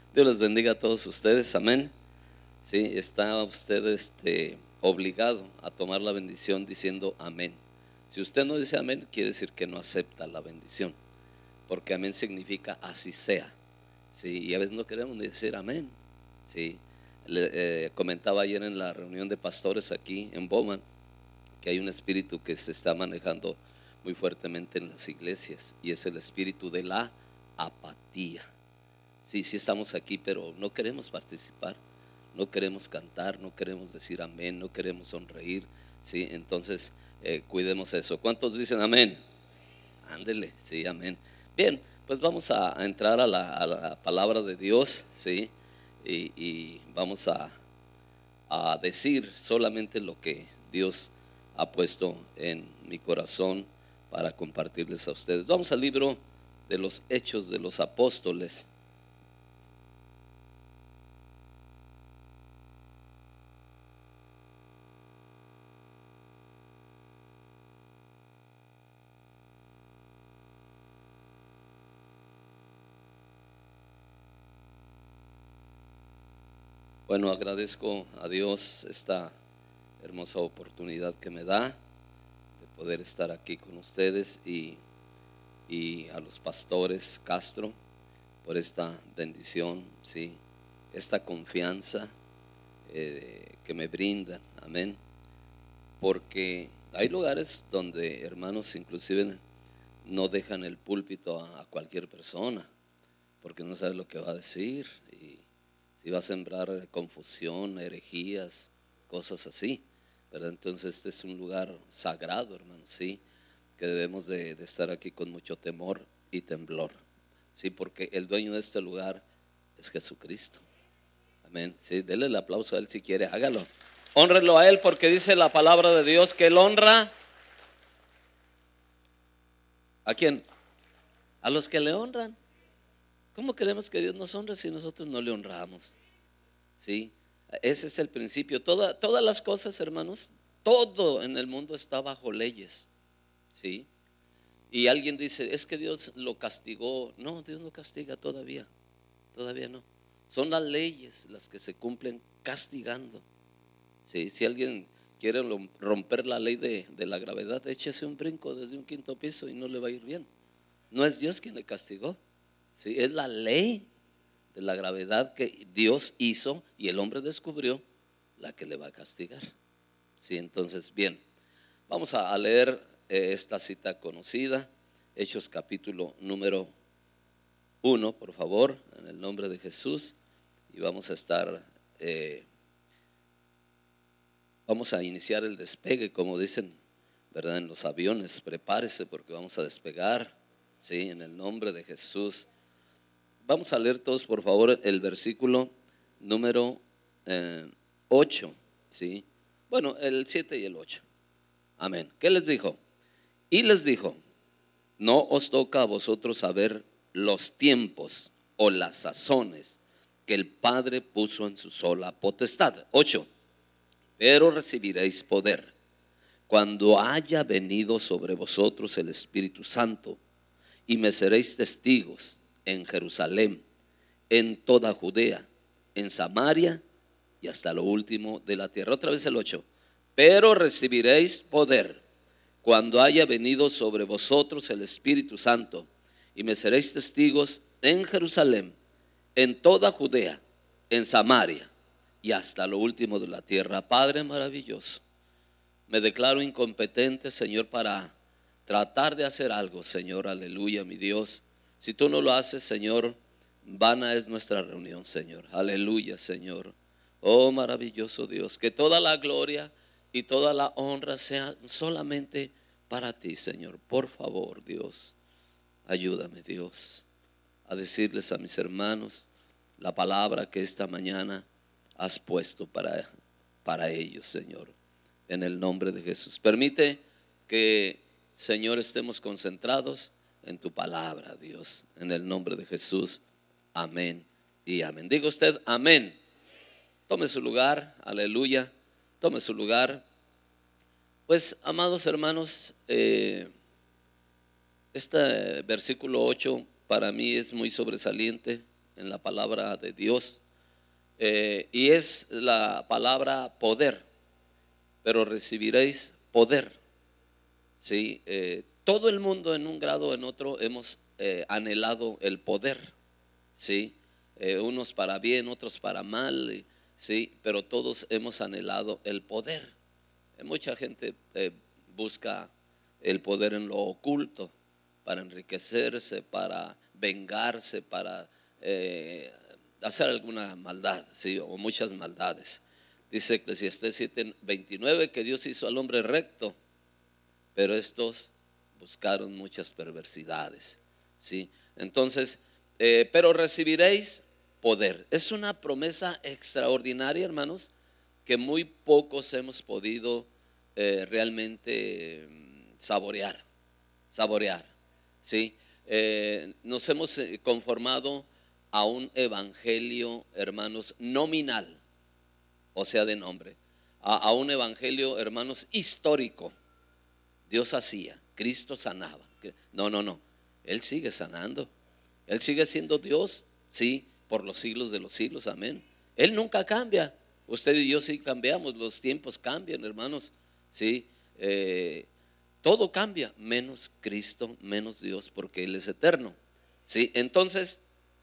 Dios les bendiga a todos ustedes, amén. Sí, está usted obligado a tomar la bendición diciendo amén. Si usted no dice amén, quiere decir que no acepta la bendición, porque amén significa así sea. Sí, y a veces no queremos decir amén. Sí, comentaba ayer en la reunión de pastores aquí en Bowman que hay un espíritu que se está manejando muy fuertemente en las iglesias, y es el espíritu de la apatía. Sí, sí estamos aquí, pero no queremos participar, no queremos cantar, no queremos decir amén, no queremos sonreír. Sí, entonces cuidemos eso. ¿Cuántos dicen amén? Ándele, sí, amén. Bien, pues vamos a entrar a la palabra de Dios, sí, y vamos a decir solamente lo que Dios ha puesto en mi corazón para compartirles a ustedes. Vamos al libro de los Hechos de los Apóstoles. Bueno, agradezco a Dios esta hermosa oportunidad que me da de poder estar aquí con ustedes, y a los pastores Castro por esta bendición, sí, esta confianza que me brindan, amén. Porque hay lugares donde, hermanos, inclusive no dejan el púlpito a cualquier persona, porque no sabe lo que va a decir, y si va a sembrar confusión, herejías, cosas así, ¿verdad? Entonces este es un lugar sagrado, hermanos, sí, que debemos de estar aquí con mucho temor y temblor, sí, porque el dueño de este lugar es Jesucristo. Amén. Sí, denle el aplauso a él si quiere, hágalo. Hónrenlo a él, porque dice la palabra de Dios que él honra ¿a quién? A los que le honran. ¿Cómo queremos que Dios nos honre si nosotros no le honramos? Sí, ese es el principio. Todas las cosas, hermanos, todo en el mundo está bajo leyes. Sí. Y alguien dice, es que Dios lo castigó. No, Dios no castiga todavía. Todavía no. Son las leyes las que se cumplen castigando. Sí, si alguien quiere romper la ley de la gravedad, échese un brinco desde un quinto piso y no le va a ir bien. No es Dios quien le castigó, sí, es la ley de la gravedad que Dios hizo y el hombre descubrió la que le va a castigar. Sí, entonces, bien, vamos a leer esta cita conocida, Hechos capítulo número 1, por favor, en el nombre de Jesús, y vamos a iniciar el despegue, como dicen, ¿verdad? En los aviones, prepárese porque vamos a despegar, sí, en el nombre de Jesús. Vamos a leer todos, por favor, el versículo número 8, ¿sí? Bueno, el 7 y el 8. Amén. ¿Qué les dijo? Y les dijo, no os toca a vosotros saber los tiempos o las sazones que el Padre puso en su sola potestad. 8. Pero recibiréis poder cuando haya venido sobre vosotros el Espíritu Santo, y me seréis testigos en Jerusalén, en toda Judea, en Samaria y hasta lo último de la tierra. Otra vez el 8. Pero recibiréis poder cuando haya venido sobre vosotros el Espíritu Santo, y me seréis testigos en Jerusalén, en toda Judea, en Samaria y hasta lo último de la tierra. Padre maravilloso, me declaro incompetente, Señor, para tratar de hacer algo, Señor, aleluya, mi Dios. Si tú no lo haces, Señor, vana es nuestra reunión, Señor, aleluya, Señor. Oh maravilloso Dios, que toda la gloria y toda la honra sea solamente para ti, Señor. Por favor, Dios, ayúdame, Dios, a decirles a mis hermanos la palabra que esta mañana has puesto para ellos, Señor, en el nombre de Jesús. Permite que, Señor, estemos concentrados en tu palabra, Dios, en el nombre de Jesús. Amén y amén. Diga usted amén. Tome su lugar, aleluya. Tome su lugar. Pues, amados hermanos, este versículo 8 para mí es muy sobresaliente en la palabra de Dios, y es la palabra poder. Pero recibiréis poder. ¿Sí? Todo el mundo en un grado o en otro hemos anhelado el poder, ¿sí? Unos para bien, otros para mal, ¿sí? Pero todos hemos anhelado el poder. Mucha gente busca el poder en lo oculto, para enriquecerse, para vengarse, para hacer alguna maldad, ¿sí? O muchas maldades. Dice Eclesiastés 7:29 que Dios hizo al hombre recto, pero estos buscaron muchas perversidades, ¿sí? Entonces, pero recibiréis poder. Es una promesa extraordinaria, hermanos, que muy pocos hemos podido realmente saborear, ¿sí? Nos hemos conformado a un evangelio, hermanos, nominal, o sea, de nombre, a un evangelio, hermanos, histórico. Dios hacía, Cristo sanaba. No, Él sigue sanando, Él sigue siendo Dios, sí, por los siglos de los siglos, amén. Él nunca cambia. Usted y yo sí cambiamos, los tiempos cambian, hermanos, sí. Todo cambia, menos Cristo, menos Dios, porque Él es eterno, sí. Entonces,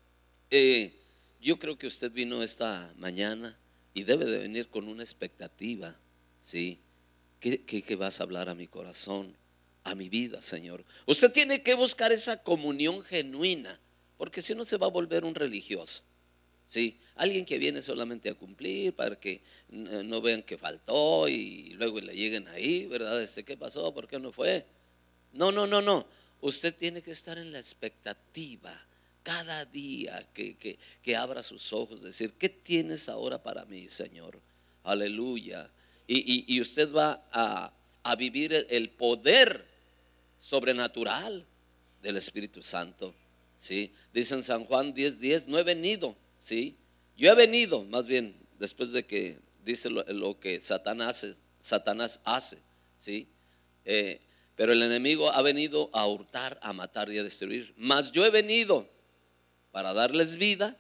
yo creo que usted vino esta mañana y debe de venir con una expectativa, ¿sí? ¿Qué vas a hablar a mi corazón, a mi vida, Señor? Usted tiene que buscar esa comunión genuina, porque si no se va a volver un religioso, ¿sí? Alguien que viene solamente a cumplir para que no vean que faltó y luego le lleguen ahí, ¿verdad? ¿Qué pasó? ¿Por qué no fue? No. Usted tiene que estar en la expectativa cada día que abra sus ojos, decir, ¿qué tienes ahora para mí, Señor? Aleluya. Y usted va a vivir el poder sobrenatural del Espíritu Santo, ¿sí? Dice en San Juan 10:10, no he venido, ¿sí? Yo he venido, más bien, después de que dice lo que Satanás hace, ¿sí? Pero el enemigo ha venido a hurtar, a matar y a destruir. Mas yo he venido para darles vida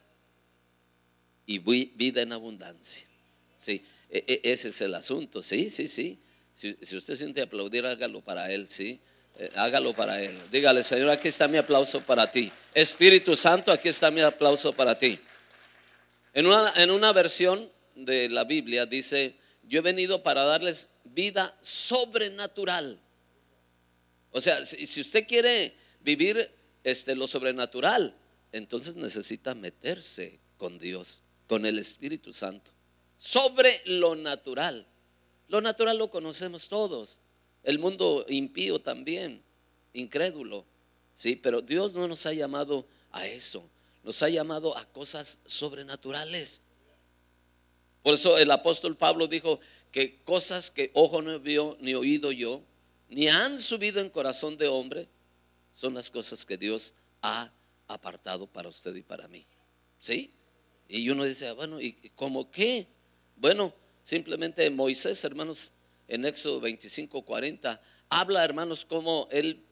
y vida en abundancia, ¿sí? Ese es el asunto, sí. Si usted siente aplaudir, hágalo para Él, ¿sí? Hágalo para Él. Dígale, Señor, aquí está mi aplauso para ti. Espíritu Santo, aquí está mi aplauso para ti. En una versión de la Biblia dice, yo he venido para darles vida sobrenatural. O sea, si usted quiere vivir lo sobrenatural, entonces necesita meterse con Dios, con el Espíritu Santo. Sobre lo natural. Lo natural lo conocemos todos. El mundo impío también, incrédulo, sí, pero Dios no nos ha llamado a eso. Nos ha llamado a cosas sobrenaturales. Por eso el apóstol Pablo dijo que cosas que ojo no vio ni oído yo, ni han subido en corazón de hombre, son las cosas que Dios ha apartado para usted y para mí, ¿sí? Y uno dice, bueno, ¿y cómo qué? Bueno, simplemente Moisés, hermanos, en Éxodo 25:40, habla, hermanos, cómo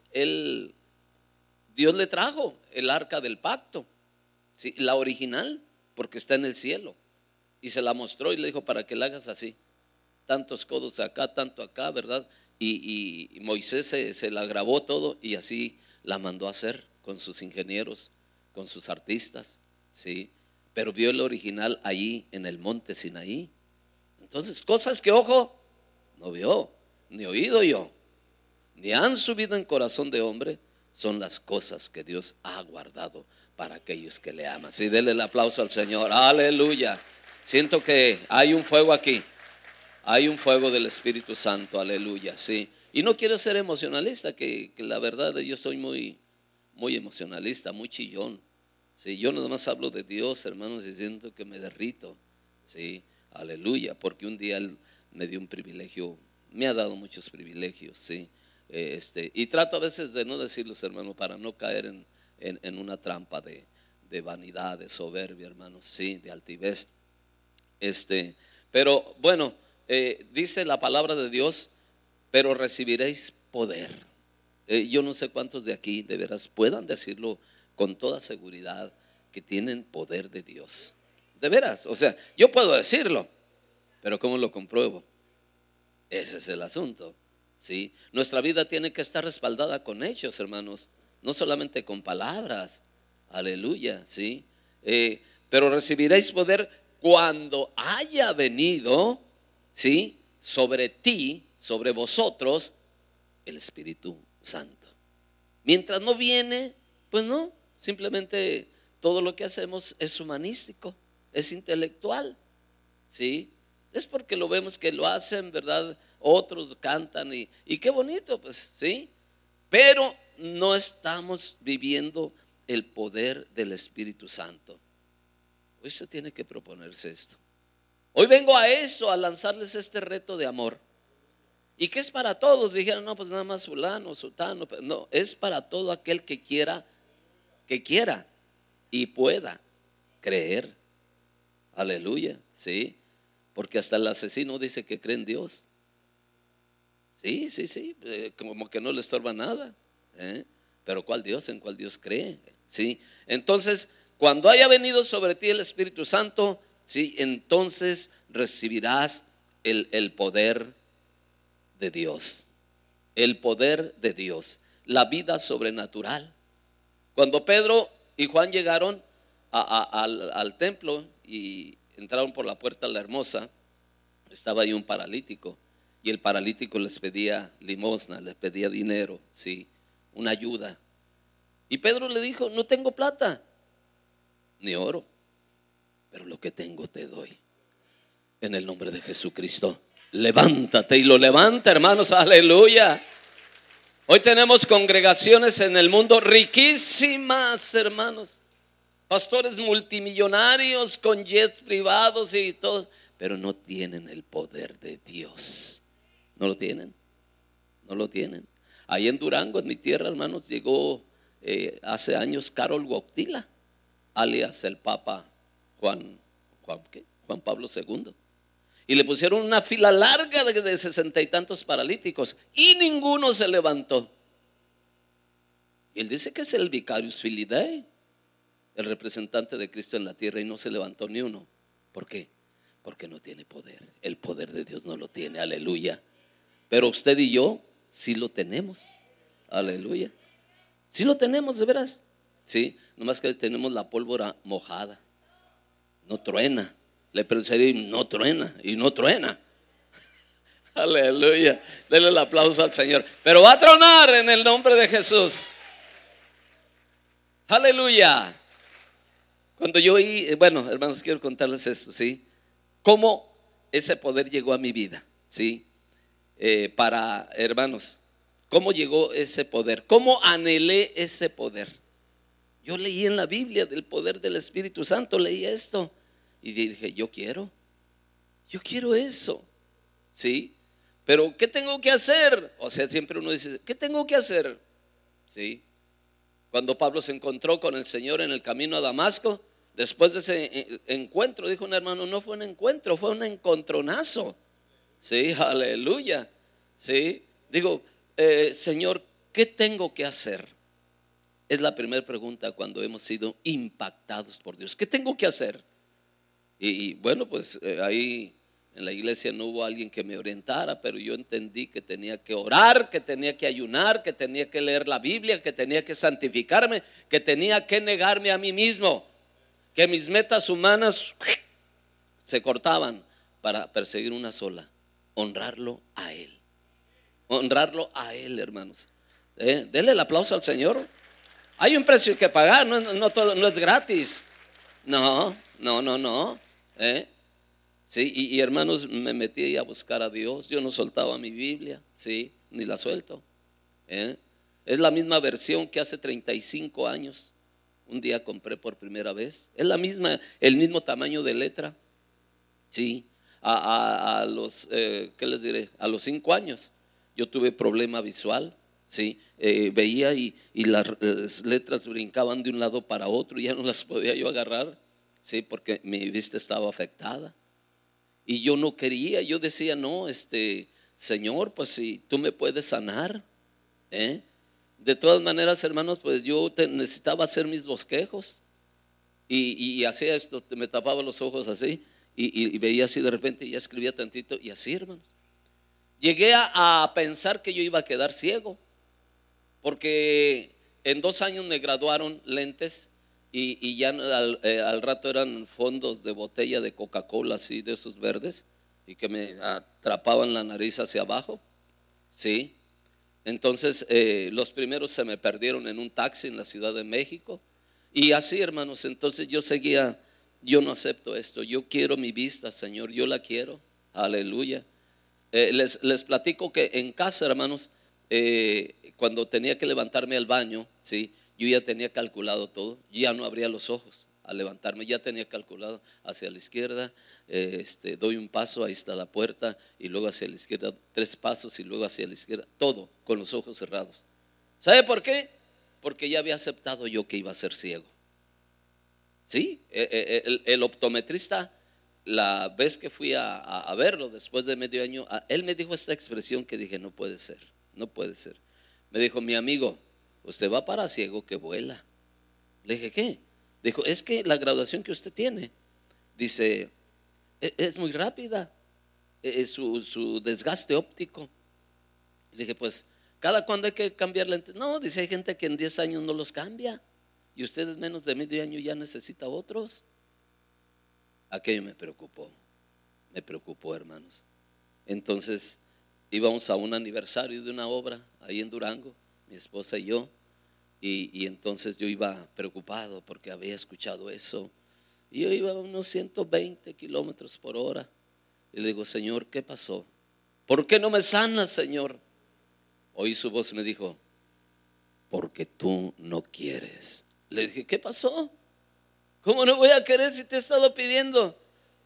Dios le trajo el arca del pacto, ¿sí? La original, porque está en el cielo, y se la mostró y le dijo, para que la hagas así, tantos codos acá, tanto acá, ¿verdad? Y Moisés se la grabó todo y así la mandó a hacer con sus ingenieros, con sus artistas, ¿sí? Pero vio el original allí en el monte Sinaí. Entonces, cosas que ojo no vio, ni oído yo, ni han subido en corazón de hombre, son las cosas que Dios ha guardado para aquellos que le aman. Sí, denle el aplauso al Señor, aleluya. Siento que hay un fuego aquí. Hay un fuego del Espíritu Santo, aleluya, sí. Y no quiero ser emocionalista, que la verdad yo soy muy emocionalista, muy chillón. Sí, yo nada más hablo de Dios, hermanos, y siento que me derrito, sí, aleluya, porque un día Él me dio un privilegio, me ha dado muchos privilegios, sí. Y trato a veces de no decirlos, hermano, para no caer en una trampa de vanidad, de soberbia, hermanos, sí, de altivez. Pero bueno, dice la palabra de Dios, pero recibiréis poder. Yo no sé cuántos de aquí de veras puedan decirlo con toda seguridad, que tienen poder de Dios. De veras, o sea, yo puedo decirlo, pero ¿cómo lo compruebo? Ese es el asunto, ¿sí? Nuestra vida tiene que estar respaldada con hechos, hermanos, no solamente con palabras. Aleluya, ¿sí? Pero recibiréis poder cuando haya venido, ¿sí?, sobre ti, sobre vosotros, el Espíritu Santo. Mientras no viene, pues no, simplemente todo lo que hacemos es humanístico, es intelectual, ¿sí? Es porque lo vemos que lo hacen, ¿verdad? Otros cantan y qué bonito, pues, ¿sí? Pero no estamos viviendo el poder del Espíritu Santo. Hoy se tiene que proponerse esto. Hoy vengo a eso, a lanzarles este reto de amor. ¿Y qué es para todos? Dijeron, no, pues nada más fulano, sultano. No, es para todo aquel que quiera y pueda creer. Aleluya, ¿sí? Porque hasta el asesino dice que cree en Dios. Sí, como que no le estorba nada, ¿eh? Pero ¿cuál Dios? ¿En cuál Dios cree? ¿Sí? Entonces, cuando haya venido sobre ti el Espíritu Santo, ¿sí?, entonces recibirás el poder de Dios. El poder de Dios, la vida sobrenatural. Cuando Pedro y Juan llegaron al templo y entraron por la puerta La Hermosa, estaba ahí un paralítico. Y el paralítico les pedía limosna, les pedía dinero, sí, una ayuda. Y Pedro le dijo, no tengo plata ni oro, pero lo que tengo te doy. En el nombre de Jesucristo, levántate. Y lo levanta, hermanos, aleluya. Hoy tenemos congregaciones en el mundo riquísimas, hermanos. Pastores multimillonarios con jets privados y todo, pero no tienen el poder de Dios. No lo tienen, no lo tienen. Ahí en Durango, en mi tierra, hermanos, llegó hace años Karol Wojtyla, alias el Papa Juan Pablo II. Y le pusieron una fila larga de 60 y tantos paralíticos y ninguno se levantó. Y él dice que es el Vicarius Filii Dei, el representante de Cristo en la tierra, y no se levantó ni uno. ¿Por qué? Porque no tiene poder. El poder de Dios no lo tiene, aleluya. Pero usted y yo sí lo tenemos, aleluya. Sí lo tenemos, de veras. Sí, nomás que tenemos la pólvora mojada. No truena. Le preguntaría, no truena, y no truena. Aleluya. Denle el aplauso al Señor. Pero va a tronar en el nombre de Jesús. Aleluya. Cuando yo oí, bueno, hermanos, quiero contarles esto, ¿sí? Cómo ese poder llegó a mi vida, ¿sí? Para hermanos, ¿cómo llegó ese poder? ¿Cómo anhelé ese poder? Yo leí en la Biblia del poder del Espíritu Santo, leí esto y dije, yo quiero eso, ¿sí? Pero ¿qué tengo que hacer? O sea, siempre uno dice, ¿qué tengo que hacer? ¿Sí? Cuando Pablo se encontró con el Señor en el camino a Damasco, después de ese encuentro, dijo un hermano, no fue un encuentro, fue un encontronazo. Sí, aleluya. Sí, digo, Señor, ¿qué tengo que hacer? Es la primera pregunta cuando hemos sido impactados por Dios. ¿Qué tengo que hacer? Y bueno, pues ahí en la iglesia no hubo alguien que me orientara, pero yo entendí que tenía que orar, que tenía que ayunar, que tenía que leer la Biblia, que tenía que santificarme, que tenía que negarme a mí mismo, que mis metas humanas se cortaban para perseguir una sola: honrarlo a Él. Honrarlo a Él, hermanos. Denle el aplauso al Señor. Hay un precio que pagar, no es gratis. No. Sí, y hermanos, me metí a buscar a Dios. Yo no soltaba mi Biblia, sí, ni la suelto. Es la misma versión que hace 35 años. Un día compré por primera vez. Es la misma, el mismo tamaño de letra. Sí, a los, ¿qué les diré? A los 5 años yo tuve problema visual. Sí, veía y las letras brincaban de un lado para otro y ya no las podía yo agarrar. Sí, porque mi vista estaba afectada. Y yo no quería, yo decía, no, Señor, pues si tú me puedes sanar. De todas maneras, hermanos, pues yo necesitaba hacer mis bosquejos. y hacía esto, me tapaba los ojos así y veía así de repente y ya escribía tantito y así, hermanos. Llegué a pensar que yo iba a quedar ciego, porque en 2 años me graduaron lentes y ya al rato eran fondos de botella de Coca-Cola, así de esos verdes, y que me atrapaban la nariz hacia abajo, ¿sí? Entonces los primeros se me perdieron en un taxi en la Ciudad de México. Y así, hermanos, entonces yo seguía, yo no acepto esto, yo quiero mi vista, Señor, yo la quiero, aleluya. Les platico que en casa, hermanos, cuando tenía que levantarme al baño, ¿sí? Yo ya tenía calculado todo, ya no abría los ojos al levantarme, ya tenía calculado hacia la izquierda, doy un paso, ahí está la puerta, y luego hacia la izquierda 3 pasos y luego hacia la izquierda, todo con los ojos cerrados. ¿Sabe por qué? Porque ya había aceptado yo que iba a ser ciego. Sí, el optometrista, la vez que fui a verlo después de medio año, él me dijo esta expresión que dije, no puede ser, no puede ser. Me dijo, mi amigo, usted va para ciego que vuela. Le dije, ¿qué? Dijo, es que la graduación que usted tiene, dice, es muy rápida, su desgaste óptico. Le dije, pues, ¿cada cuándo hay que cambiar lentes? No, dice, hay gente que en 10 años no los cambia y usted en menos de medio año ya necesita otros. Aquello me preocupó, hermanos. Entonces íbamos a un aniversario de una obra ahí en Durango, mi esposa y yo, y entonces yo iba preocupado porque había escuchado eso. Y yo iba a unos 120 kilómetros por hora y le digo, Señor, ¿qué pasó? ¿Por qué no me sanas, Señor? Oí su voz, me dijo, porque tú no quieres. Le dije, ¿qué pasó? ¿Cómo no voy a querer si te he estado pidiendo?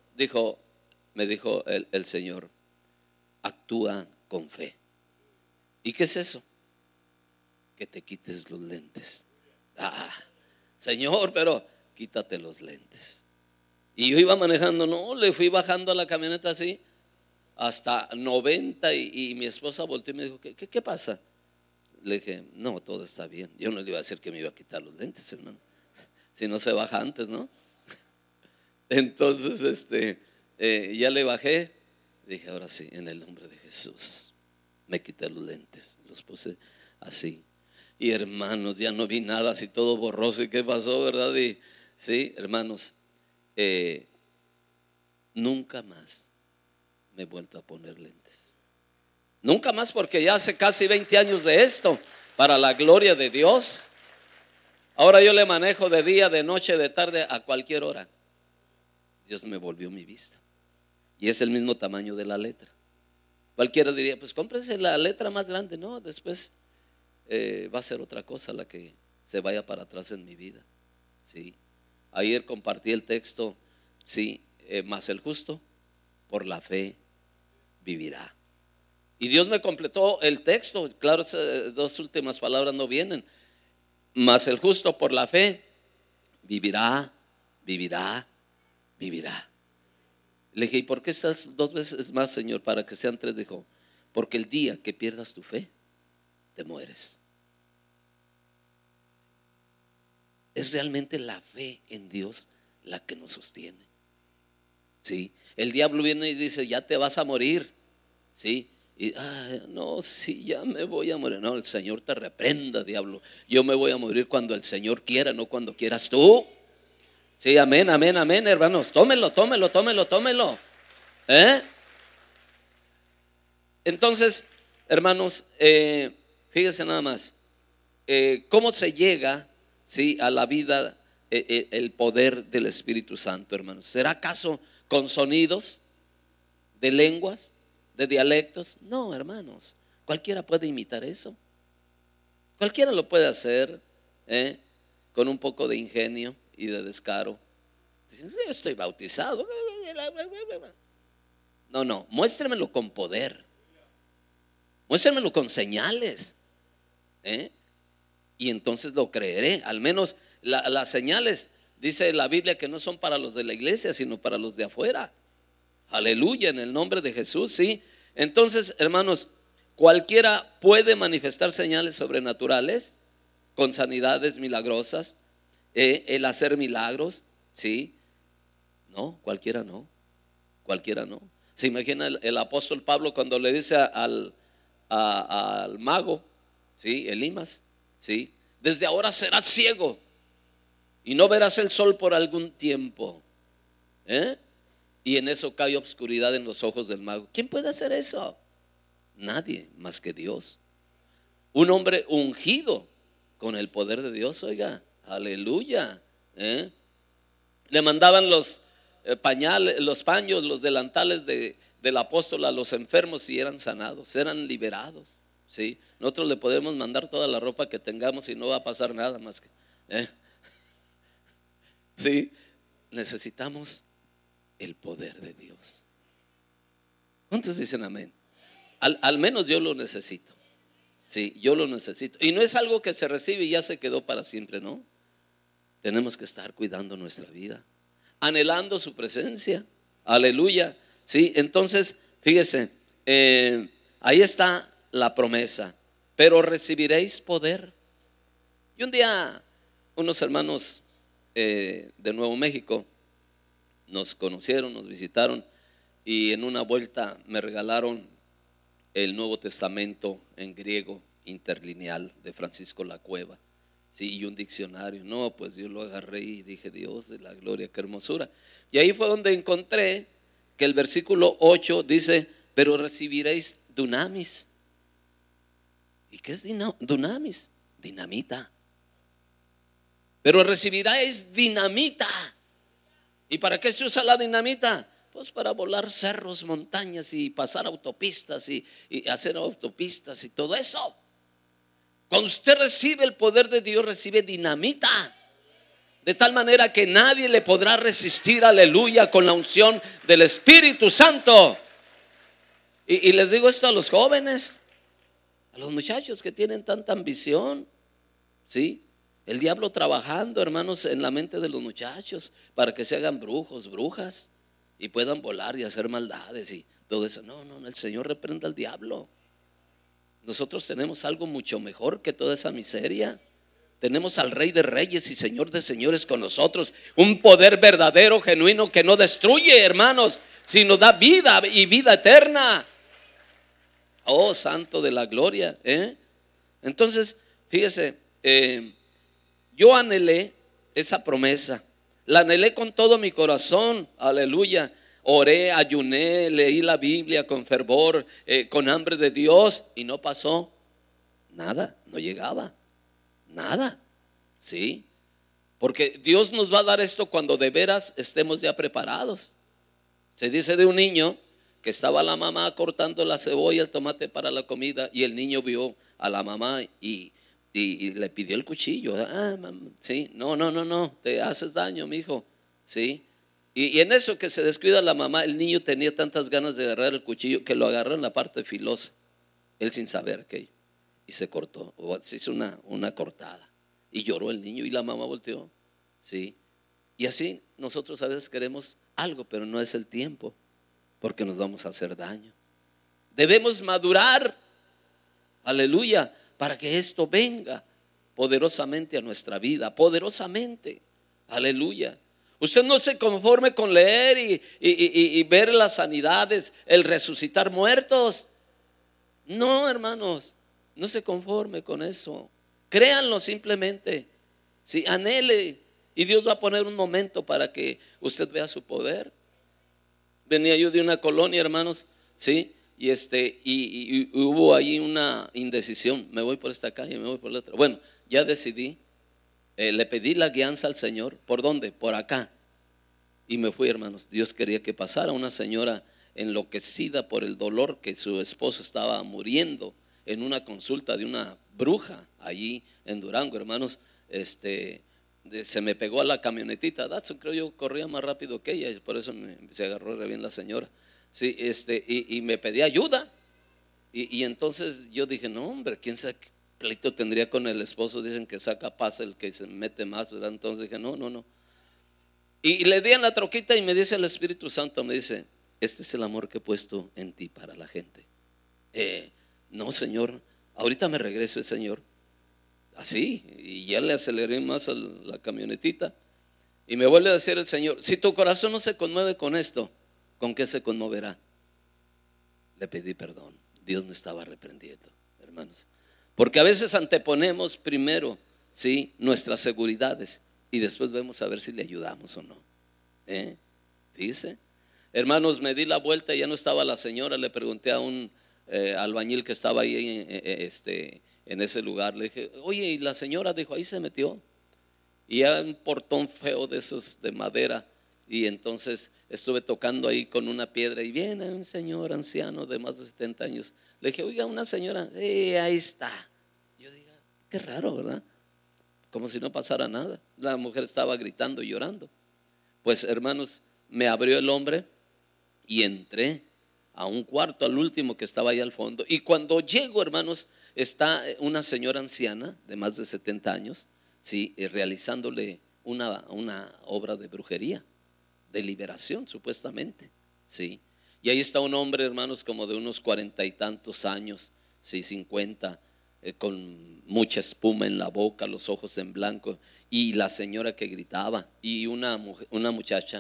Me dijo el Señor, actúa con fe. ¿Y qué es eso? Que te quites los lentes. Señor, pero quítate los lentes. Y yo iba manejando, no, le fui bajando a la camioneta así hasta 90 y mi esposa volteó y me dijo, ¿qué pasa? Le dije, no, todo está bien. Yo no le iba a decir que me iba a quitar los lentes, hermano, si no se baja antes, ¿no? Entonces ya le bajé. Dije, ahora sí, en el nombre de Jesús. Me quité los lentes, los puse así. Y hermanos, ya no vi nada, así todo borroso. ¿Y qué pasó, verdad? Y sí, hermanos, nunca más me he vuelto a poner lentes. Nunca más, porque ya hace casi 20 años de esto, para la gloria de Dios. Ahora yo le manejo de día, de noche, de tarde, a cualquier hora. Dios me volvió mi vista. Y es el mismo tamaño de la letra. Cualquiera diría, pues cómprese la letra más grande. No, después va a ser otra cosa la que se vaya para atrás en mi vida. Sí. Ayer compartí el texto, sí, mas el justo por la fe vivirá. Y Dios me completó el texto. Claro, esas 2 últimas palabras no vienen. Mas el justo por la fe vivirá, vivirá, vivirá. Le dije, ¿y por qué estas 2 veces más, Señor? Para que sean 3. Dijo, porque el día que pierdas tu fe, te mueres. Es realmente la fe en Dios la que nos sostiene. ¿Sí? El diablo viene y dice, ya te vas a morir. ¿Sí? Y no, sí, ya me voy a morir. No, el Señor te reprenda, diablo. Yo me voy a morir cuando el Señor quiera, no cuando quieras tú. Sí, amén, amén, amén, hermanos. Tómelo. Entonces, hermanos, fíjense nada más, cómo se llega, ¿sí?, a la vida, el poder del Espíritu Santo, hermanos. ¿Será acaso con sonidos de lenguas, de dialectos? No, hermanos, cualquiera puede imitar eso. Cualquiera lo puede hacer, con un poco de ingenio y de descaro. Dicen, yo estoy bautizado. No, muéstremelo con poder. Muéstremelo con señales, y entonces lo creeré. Al menos las señales, dice la Biblia, que no son para los de la iglesia, sino para los de afuera. Aleluya, en el nombre de Jesús, sí. Entonces, hermanos, cualquiera puede manifestar señales sobrenaturales, con sanidades milagrosas, el hacer milagros, ¿sí? No, cualquiera no, cualquiera no. ¿Se imagina el apóstol Pablo cuando le dice al mago, ¿sí? Elimas, ¿sí? Desde ahora serás ciego y no verás el sol por algún tiempo, ¿eh? Y en eso cae obscuridad en los ojos del mago. ¿Quién puede hacer eso? Nadie más que Dios. Un hombre ungido con el poder de Dios, oiga, aleluya, ¿eh? Le mandaban los pañales, los paños, los delantales del apóstol a los enfermos y eran sanados, eran liberados, ¿sí? Nosotros le podemos mandar toda la ropa que tengamos y no va a pasar nada más que, ¿eh? Sí, necesitamos el poder de Dios. ¿Cuántos dicen amén? Al menos yo lo necesito. Sí, yo lo necesito. Y no es algo que se recibe y ya se quedó para siempre, ¿no? Tenemos que estar cuidando nuestra vida, anhelando su presencia. Aleluya. Sí, entonces, fíjese, ahí está la promesa. Pero recibiréis poder. Y un día, unos hermanos de Nuevo México nos conocieron, nos visitaron y en una vuelta me regalaron el Nuevo Testamento en griego interlineal de Francisco La Cueva, sí, y un diccionario. No, pues yo lo agarré y dije, Dios de la gloria, qué hermosura. Y ahí fue donde encontré que el versículo 8 dice, pero recibiréis dunamis. ¿Y qué es dunamis? Dinamita. Pero recibiréis dinamita. ¿Y para qué se usa la dinamita? Pues para volar cerros, montañas y pasar autopistas y hacer autopistas y todo eso. Cuando usted recibe el poder de Dios, recibe dinamita. De tal manera que nadie le podrá resistir, aleluya, con la unción del Espíritu Santo. Y les digo esto a los jóvenes, a los muchachos que tienen tanta ambición, ¿sí? El diablo trabajando, hermanos, en la mente de los muchachos para que se hagan brujos, brujas y puedan volar y hacer maldades y todo eso. No, el Señor reprenda al diablo. Nosotros tenemos algo mucho mejor que toda esa miseria. Tenemos al Rey de Reyes y Señor de Señores con nosotros. Un poder verdadero, genuino, que no destruye, hermanos, sino da vida y vida eterna. Oh, Santo de la gloria, ¿eh? Entonces, fíjese, yo anhelé esa promesa. La anhelé con todo mi corazón, aleluya. Oré, ayuné, leí la Biblia con fervor, con hambre de Dios, y no pasó nada, no llegaba nada, ¿sí? Porque Dios nos va a dar esto cuando de veras estemos ya preparados. Se dice de un niño que estaba la mamá cortando la cebolla, el tomate para la comida, y el niño vio a la mamá y le pidió el cuchillo. Sí, no, te haces daño, mijo, sí. Y en eso que se descuida la mamá, el niño tenía tantas ganas de agarrar el cuchillo que lo agarró en la parte filosa, él sin saber aquello, y se cortó, o se hizo una cortada, y lloró el niño y la mamá volteó, sí. Y así nosotros a veces queremos algo, pero no es el tiempo, porque nos vamos a hacer daño. Debemos madurar, aleluya, para que esto venga poderosamente a nuestra vida, poderosamente, aleluya. Usted no se conforme con leer y ver las sanidades, el resucitar muertos. No, hermanos, no se conforme con eso. Créanlo simplemente. Sí, anhele, y Dios va a poner un momento para que usted vea su poder. Venía yo de una colonia, hermanos, sí, y hubo ahí una indecisión. Me voy por esta calle, me voy por la otra. Bueno, ya decidí. Le pedí la guianza al Señor. ¿Por dónde? Por acá. Y me fui, hermanos. Dios quería que pasara una señora enloquecida por el dolor que su esposo estaba muriendo en una consulta de una bruja allí en Durango, hermanos. Se me pegó a la camionetita Datsun, creo yo corría más rápido que ella, por eso se agarró re bien la señora, sí, y me pedía ayuda, y entonces yo dije, no, hombre, quién sabe qué pleito tendría con el esposo. Dicen que saca paz el que se mete más, ¿verdad? Entonces dije, no. Y le di en la troquita y me dice el Espíritu Santo, me dice, este es el amor que he puesto en ti para la gente. No, Señor, ahorita me regreso, Señor. Así, y ya le aceleré más a la camionetita. Y me vuelve a decir el Señor: si tu corazón no se conmueve con esto, ¿con qué se conmoverá? Le pedí perdón. Dios me estaba reprendiendo, hermanos, porque a veces anteponemos primero, ¿sí?, nuestras seguridades, y después vemos a ver si le ayudamos o no. Fíjese, hermanos, me di la vuelta y ya no estaba la señora. Le pregunté a un albañil que estaba ahí en ese lugar. Le dije: oye, ¿y la señora? Dijo: ahí se metió. Y era un portón feo de esos de madera. Y entonces estuve tocando ahí con una piedra y viene un señor anciano de más de 70 años. Le dije: oiga, una señora. Ahí está. Yo digo: qué raro, ¿verdad? Como si no pasara nada. La mujer estaba gritando y llorando. Pues, hermanos, me abrió el hombre y entré a un cuarto, al último, que estaba ahí al fondo. Y cuando llego, hermanos, está una señora anciana de más de 70 años, ¿sí?, realizándole una obra de brujería, de liberación, supuestamente, ¿sí? Y ahí está un hombre, hermanos, como de unos 40 y tantos años, ¿sí?, 50, con mucha espuma en la boca, los ojos en blanco, y la señora que gritaba, y una muchacha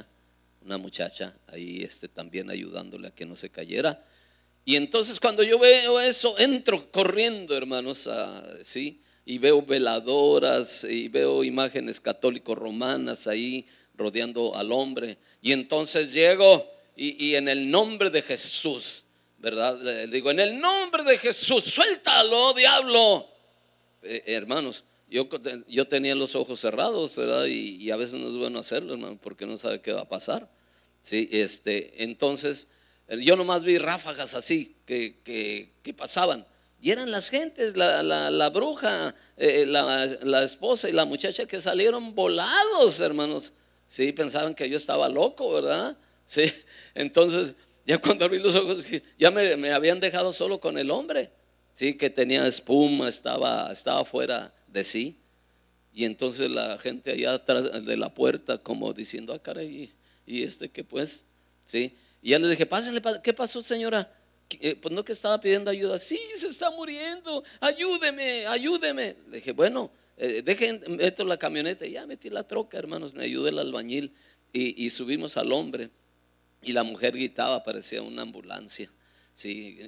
ahí también ayudándole a que no se cayera. Y entonces cuando yo veo eso, entro corriendo, hermanos, ¿sí?, y veo veladoras y veo imágenes católico-romanas ahí rodeando al hombre. Y entonces llego y en el nombre de Jesús, ¿verdad?, le digo: en el nombre de Jesús, suéltalo, diablo. Hermanos, yo tenía los ojos cerrados, ¿verdad? Y a veces no es bueno hacerlo, hermano, porque no sabe qué va a pasar. Sí, entonces yo nomás vi ráfagas así que pasaban, y eran las gentes, la bruja, la esposa y la muchacha, que salieron volados, hermanos. Sí, pensaban que yo estaba loco, ¿verdad? Sí, entonces ya cuando abrí los ojos, ya me habían dejado solo con el hombre, sí, que tenía espuma, estaba fuera de sí. Y entonces la gente allá atrás de la puerta, como diciendo: ah, caray, y que pues, sí. Y ya le dije: pásenle, ¿qué pasó, señora? Pues no, que estaba pidiendo ayuda. Sí, se está muriendo, ayúdeme, ayúdeme. Le dije: bueno, dejen, meto la camioneta. Y ya metí la troca, hermanos, me ayudó el albañil y subimos al hombre. Y la mujer gritaba, parecía una ambulancia, sí,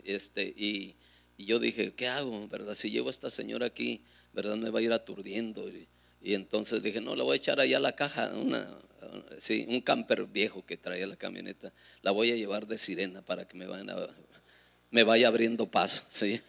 y yo dije: ¿qué hago, verdad? Si llevo a esta señora aquí, verdad, me va a ir aturdiendo. Y entonces dije: no, la voy a echar allá a la caja, sí, un camper viejo que traía la camioneta. La voy a llevar de sirena para que me vaya abriendo paso, sí.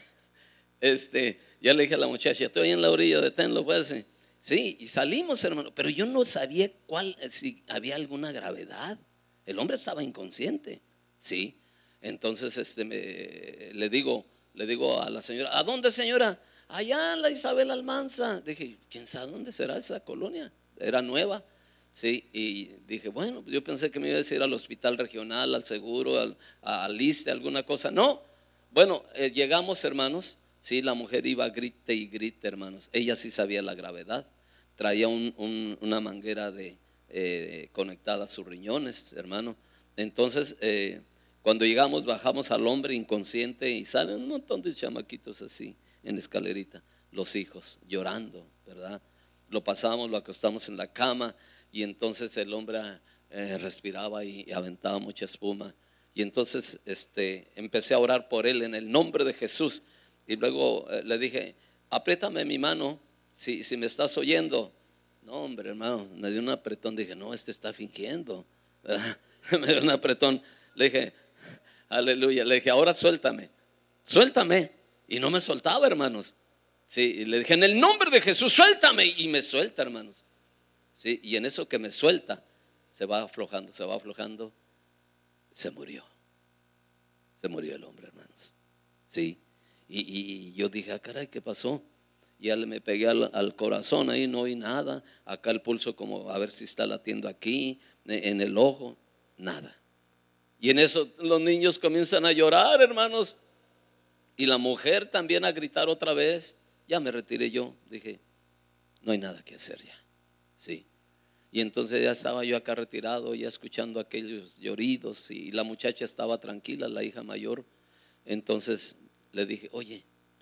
Ya le dije a la muchacha: estoy en la orilla, deténlo, pues. Sí, y salimos, hermano, pero yo no sabía si había alguna gravedad. El hombre estaba inconsciente, sí. Entonces le digo a la señora: ¿a dónde, señora? Allá en la Isabel Almanza. Dije: ¿quién sabe dónde será esa colonia? Era nueva, sí. Y dije: bueno, yo pensé que me iba a decir al hospital regional, al seguro, al ISSSTE, alguna cosa. No. Bueno, llegamos, hermanos. Sí, la mujer iba grite y grite, hermanos. Ella sí sabía la gravedad. Traía una manguera conectada a sus riñones, hermano. Entonces, cuando llegamos, bajamos al hombre inconsciente y salen un montón de chamaquitos así en escalerita, los hijos llorando, ¿verdad? Lo pasamos, lo acostamos en la cama, y entonces el hombre respiraba y aventaba mucha espuma. Y entonces empecé a orar por él en el nombre de Jesús. Y luego le dije: apriétame mi mano si me estás oyendo. No, hombre, hermano, me dio un apretón. Dije: no, está fingiendo, ¿verdad? Me dio un apretón. Le dije: aleluya. Le dije: ahora suéltame, suéltame. Y no me soltaba, hermanos. Sí, y le dije: en el nombre de Jesús, suéltame. Y me suelta, hermanos. Sí, y en eso que me suelta, se va aflojando, se va aflojando. Se murió el hombre, hermanos. Sí. Y yo dije: ah, caray, ¿qué pasó? Y ya me pegué al corazón, ahí no oí nada. Acá el pulso, como a ver si está latiendo aquí, en el ojo, nada. Y en eso los niños comienzan a llorar, hermanos, y la mujer también a gritar otra vez. Ya me retiré yo, dije: no hay nada que hacer ya, sí. Y entonces ya estaba yo acá retirado, ya escuchando aquellos lloridos, y la muchacha estaba tranquila, la hija mayor. Entonces le dije: oye,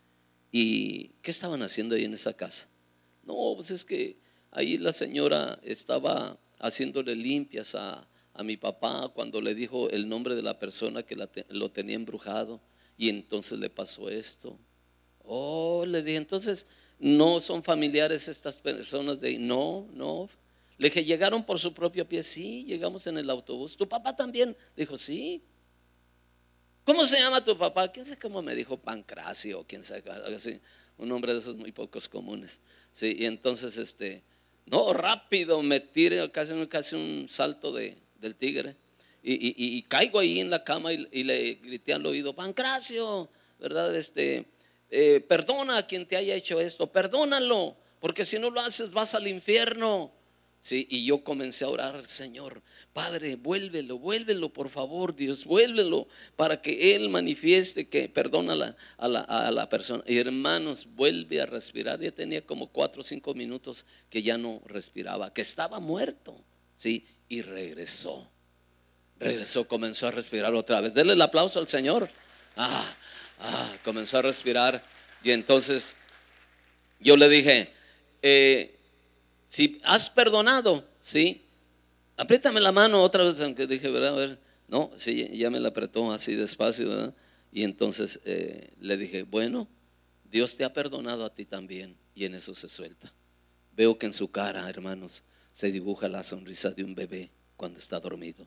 ¿y qué estaban haciendo ahí en esa casa? No, pues es que ahí la señora estaba haciéndole limpias a mi papá cuando le dijo el nombre de la persona que lo tenía embrujado, y entonces le pasó esto. Oh, le dije, entonces no son familiares estas personas de ahí. No, no. Le dije, ¿llegaron por su propio pie? Sí, llegamos en el autobús. ¿Tu papá también? Dijo, sí. ¿Cómo se llama tu papá? ¿Quién sabe cómo me dijo? Pancracio, quién sabe, algo así. Un nombre de esos muy pocos comunes. Sí, y entonces no, rápido me tiré casi un salto del tigre. Y caigo ahí en la cama y le grité al oído, Pancracio, ¿verdad? Perdona a quien te haya hecho esto, perdónalo, porque si no lo haces vas al infierno. Sí, y yo comencé a orar, Señor, Padre, vuélvelo, por favor, Dios, vuélvelo para que Él manifieste que perdona a la persona. Y hermanos, vuelve a respirar. Ya tenía como 4 o 5 minutos que ya no respiraba, que estaba muerto. Sí, y regresó, comenzó a respirar otra vez. Denle el aplauso al Señor. Comenzó a respirar. Y entonces yo le dije, si has perdonado, sí, apriétame la mano otra vez, aunque dije, ¿verdad? A ver, no, sí, ya me la apretó así despacio, ¿verdad? Y entonces le dije, bueno, Dios te ha perdonado a ti también. Y en eso se suelta. Veo que en su cara, hermanos, se dibuja la sonrisa de un bebé cuando está dormido.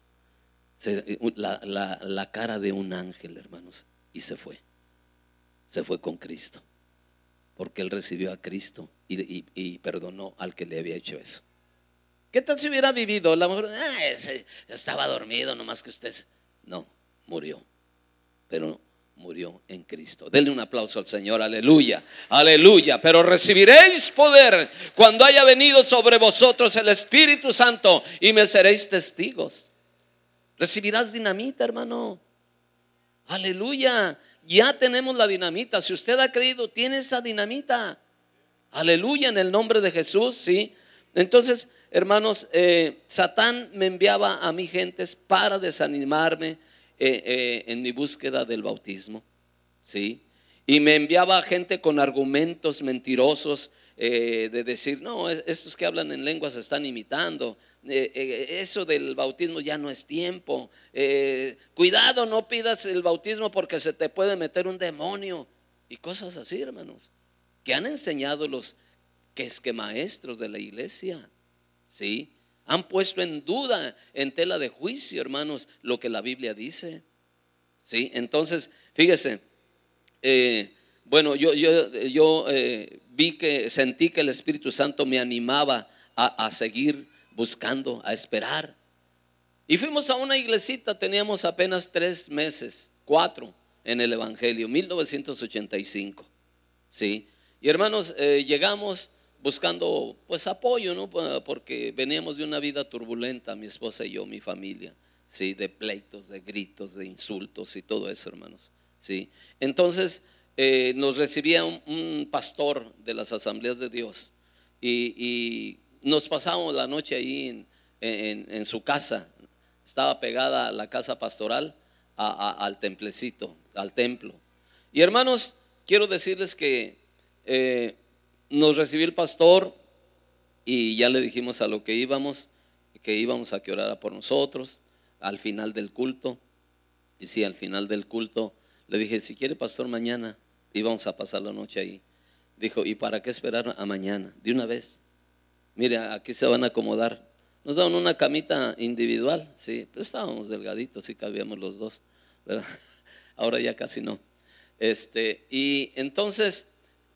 La cara de un ángel, hermanos. Y se fue con Cristo, porque él recibió a Cristo y perdonó al que le había hecho eso. ¿Qué tal si hubiera vivido? La mujer, estaba dormido, nomás que usted. No, murió, pero murió en Cristo. Denle un aplauso al Señor, aleluya, aleluya. Pero recibiréis poder cuando haya venido sobre vosotros el Espíritu Santo y me seréis testigos. Recibirás dinamita, hermano. Aleluya. Ya tenemos la dinamita. Si usted ha creído, tiene esa dinamita. Aleluya, en el nombre de Jesús, sí. Entonces, hermanos, Satán me enviaba a mí gentes para desanimarme en mi búsqueda del bautismo, sí. Y me enviaba gente con argumentos mentirosos de decir, no, estos que hablan en lenguas se están imitando. Eso del bautismo ya no es tiempo. Cuidado, no pidas el bautismo porque se te puede meter un demonio. Y cosas así, hermanos, que han enseñado los que es que maestros de la iglesia, ¿sí? Han puesto en duda, en tela de juicio, hermanos, lo que la Biblia dice, ¿sí? Entonces, fíjese, bueno, yo sentí que el Espíritu Santo me animaba a seguir buscando, a esperar. Y fuimos a una iglesita, teníamos apenas 3 meses, 4 en el Evangelio, 1985, ¿sí? Y hermanos, llegamos buscando pues apoyo, ¿no? Porque veníamos de una vida turbulenta, mi esposa y yo, mi familia, ¿sí? De pleitos, de gritos, de insultos y todo eso, hermanos, ¿sí? Entonces nos recibía un pastor de las Asambleas de Dios y nos pasamos la noche ahí en su casa. Estaba pegada a la casa pastoral al templecito, al templo. Y hermanos, quiero decirles que nos recibió el pastor y ya le dijimos a lo que íbamos a que orara por nosotros al final del culto. Y sí, al final del culto le dije, si quiere, pastor, mañana íbamos a pasar la noche ahí. Dijo, ¿y para qué esperar a mañana? De una vez, mire, aquí se van a acomodar. Nos daban una camita individual, sí, pues estábamos delgaditos, sí cabíamos los dos, ¿verdad? Ahora ya casi no. Y entonces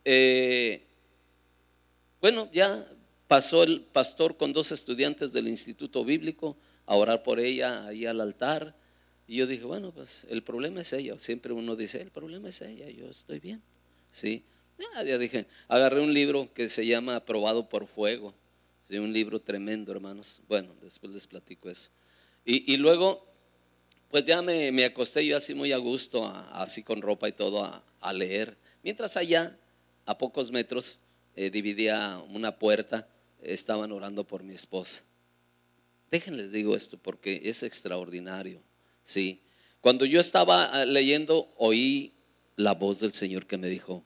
bueno, ya pasó el pastor con 2 estudiantes del Instituto Bíblico a orar por ella ahí al altar. Y yo dije, bueno, pues el problema es ella. Siempre uno dice, el problema es ella, yo estoy bien, ¿sí? Ya dije, agarré un libro que se llama Aprobado por Fuego, ¿sí? Un libro tremendo, hermanos. Bueno, después les platico eso. Y luego, pues ya me acosté yo así muy a gusto, así con ropa y todo, a leer. Mientras allá, a pocos metros, dividía una puerta, estaban orando por mi esposa. Déjenles digo esto porque es extraordinario, ¿sí? Cuando yo estaba leyendo, oí la voz del Señor que me dijo,